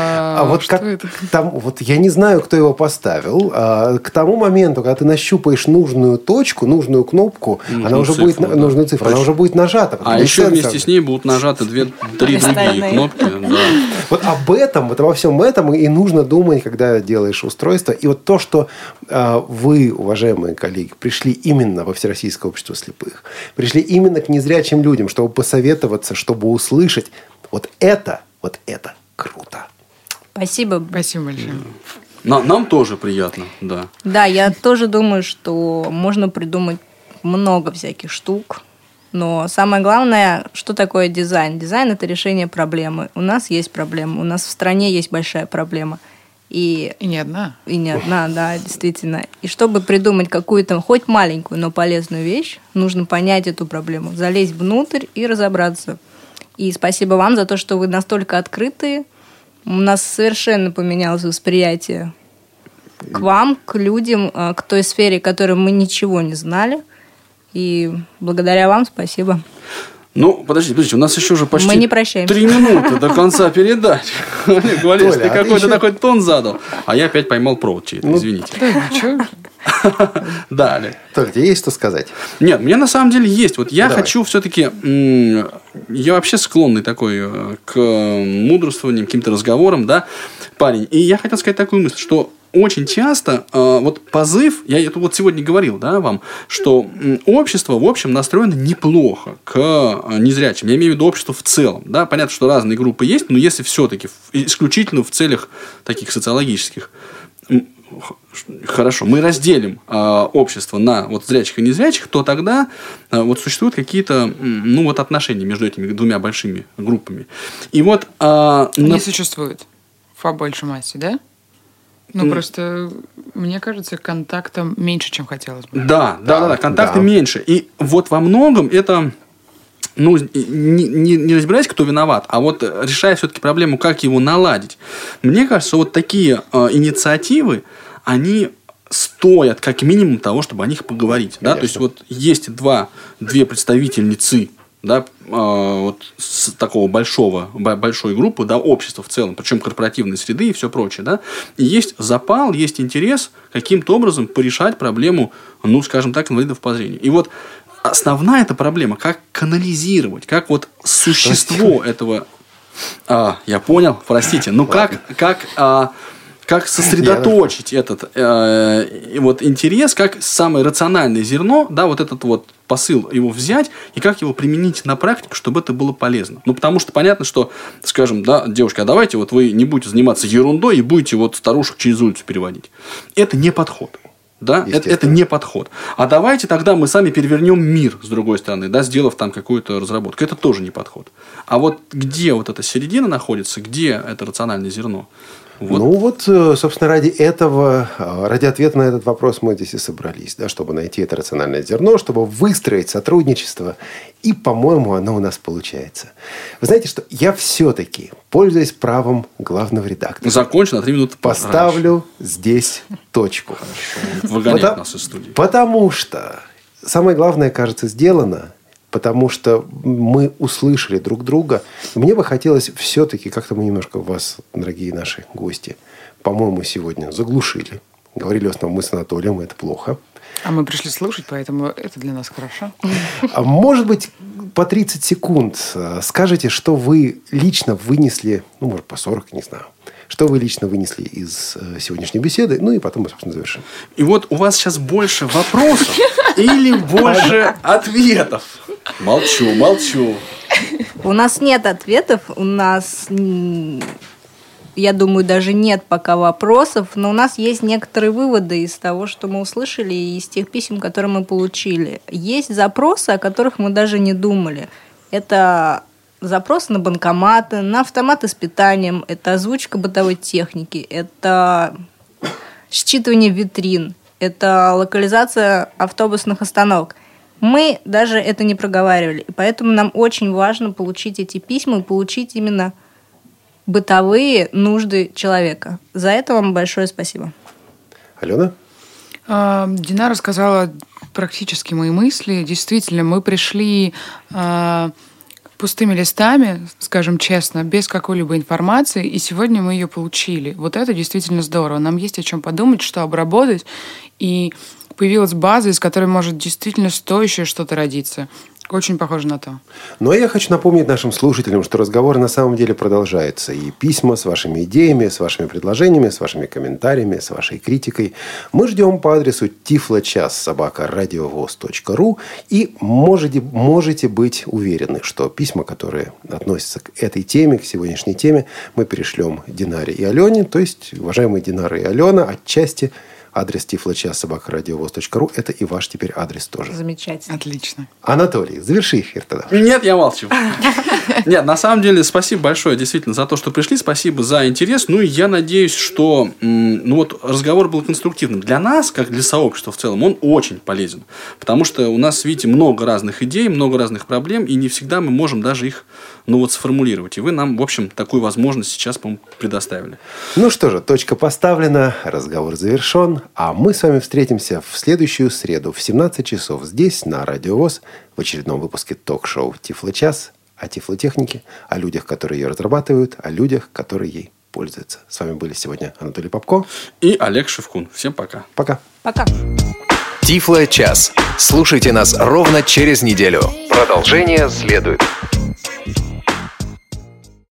а вот что как это? Там, вот я не знаю, кто его поставил. А, к тому моменту, когда ты нащупаешь нужную точку, нужную кнопку, нужную она уже цифру, будет, да. нужную цифру, она уже будет нажата. А еще сенсор. Вместе с ней будут нажаты две-три другие кнопки. Да. Вот об этом, вот обо всем этом и нужно думать, когда делаешь устройство. И вот то, что а, вы, уважаемые коллеги, пришли именно во Всероссийское общество слепых, пришли именно к незрячим людям, чтобы посоветоваться, чтобы услышать, вот это, вот это круто. Спасибо. Спасибо большое. Нам, нам тоже приятно, да. Да, я тоже думаю, что можно придумать много всяких штук. Но самое главное, что такое дизайн? Дизайн – это решение проблемы. У нас есть проблема, у нас в стране есть большая проблема. И, и не одна. И не одна, да, действительно. И чтобы придумать какую-то, хоть маленькую, но полезную вещь, нужно понять эту проблему, залезть внутрь и разобраться. И спасибо вам за то, что вы настолько открытые. У нас совершенно поменялось восприятие к вам, к людям, к той сфере, о которой мы ничего не знали. И благодаря вам спасибо. Ну, подождите, подождите, у нас еще уже почти Мы не прощаемся. три минуты до конца передачи. Олег Валерьевич, ты какой-то такой тон задал. А я опять поймал провод чей-то, извините. Да, ничего. Да, Олег. Толь, тебе есть что сказать? Нет, мне на самом деле есть. Вот я Давай. хочу все-таки... Я вообще склонный такой к мудрствованиям, к каким-то разговорам, да, парень. И я хотел сказать такую мысль, что очень часто э, вот позыв, я это вот сегодня говорил, да, вам, что м, общество, в общем, настроено неплохо к э, незрячим. Я имею в виду общество в целом. Да? Понятно, что разные группы есть, но если все-таки исключительно в целях таких социологических, хорошо, мы разделим э, общество на вот зрячих и незрячих, то тогда э, вот существуют какие-то ну, вот отношения между этими двумя большими группами. И вот... Э, Они на... существуют по большей массе, да? Ну, mm. просто, мне кажется, контактом меньше, чем хотелось бы. Да, да, да, да, контакта да. меньше. И вот во многом это... Ну, не, не, не разбираясь, кто виноват, а вот решая все-таки проблему, как его наладить. Мне кажется, вот такие э, инициативы, они стоят как минимум того, чтобы о них поговорить. Да? То есть, вот есть два, две представительницы, да, э, вот с такого большого, большой группы, да, общества в целом, причем корпоративной среды и все прочее. Да? И есть запал, есть интерес каким-то образом порешать проблему, ну, скажем так, инвалидов по зрению. И вот основная эта проблема, как канализировать, как вот существо этого... А, я понял, простите. Ну, как, как, а, как сосредоточить этот э, вот интерес, как самое рациональное зерно, да, вот этот вот посыл его взять, и как его применить на практику, чтобы это было полезно. Ну, потому что понятно, что, скажем, да, девушка, а давайте вот вы не будете заниматься ерундой и будете вот старушек через улицу переводить. Это не подход. Да? Это, это не подход. А давайте тогда мы сами перевернем мир с другой стороны, да, сделав там какую-то разработку. Это тоже не подход. А вот где вот эта середина находится, где это рациональное зерно? Вот. Ну вот, собственно, ради этого, ради ответа на этот вопрос мы здесь и собрались, да, чтобы найти это рациональное зерно, чтобы выстроить сотрудничество. И, по-моему, оно у нас получается. Вы знаете, что я все-таки, пользуясь правом главного редактора, закончено на три минуты поставлю здесь точку. Выгоняет потому, нас из студии. Потому что самое главное, кажется, сделано. Потому что мы услышали друг друга. Мне бы хотелось все-таки, как-то мы немножко вас, дорогие наши гости, по-моему, сегодня заглушили. Говорили в основном мы с Анатолием, и это плохо. А мы пришли слушать, поэтому это для нас хорошо. А может быть, по тридцать секунд скажете, что вы лично вынесли, ну, может, по сорок, не знаю, что вы лично вынесли из сегодняшней беседы, ну, и потом мы, собственно, завершим. И вот у вас сейчас больше вопросов или больше ответов? Молчу, молчу. У нас нет ответов, у нас, я думаю, даже нет пока вопросов, но у нас есть некоторые выводы из того, что мы услышали, и из тех писем, которые мы получили. Есть запросы, о которых мы даже не думали. Это запросы на банкоматы, на автоматы с питанием, это озвучка бытовой техники, это считывание витрин, это локализация автобусных остановок. Мы даже это не проговаривали. И поэтому нам очень важно получить эти письма и получить именно бытовые нужды человека. За это вам большое спасибо. Алена? Динара сказала практически мои мысли. Действительно, мы пришли пустыми листами, скажем честно, без какой-либо информации, и сегодня мы ее получили. Вот это действительно здорово. Нам есть о чем подумать, что обработать, и появилась база, из которой может действительно стоящее что-то родиться. Очень похоже на то. Но я хочу напомнить нашим слушателям, что разговор на самом деле продолжается. И письма с вашими идеями, с вашими предложениями, с вашими комментариями, с вашей критикой мы ждем по адресу тифлочас собака радиовоз точка ру. И можете, можете быть уверены, что письма, которые относятся к этой теме, к сегодняшней теме, мы перешлем Динаре и Алене. То есть, уважаемые Динара и Алена, отчасти адрес тифлочас собака радиовоз точка ру – это и ваш теперь адрес тоже. Замечательно. Отлично. Анатолий, заверши эфир тогда. Нет, я молчу. Нет, на самом деле, спасибо большое действительно за то, что пришли. Спасибо за интерес. Ну, и я надеюсь, что ну, вот, разговор был конструктивным. Для нас, как для сообщества в целом, он очень полезен. Потому что у нас, видите, много разных идей, много разных проблем, и не всегда мы можем даже их ну, вот, сформулировать. И вы нам, в общем, такую возможность сейчас, по-моему, предоставили. Ну что же, точка поставлена, разговор завершен. А мы с вами встретимся в следующую среду в семнадцать часов здесь, на Радио ВОС, в очередном выпуске ток-шоу «Тифлочас» о тифлотехнике, о людях, которые ее разрабатывают, о людях, которые ей пользуются. С вами были сегодня Анатолий Попко и Олег Шевкун. Всем пока. Пока. Пока. Тифлочас. Слушайте нас ровно через неделю. Продолжение следует.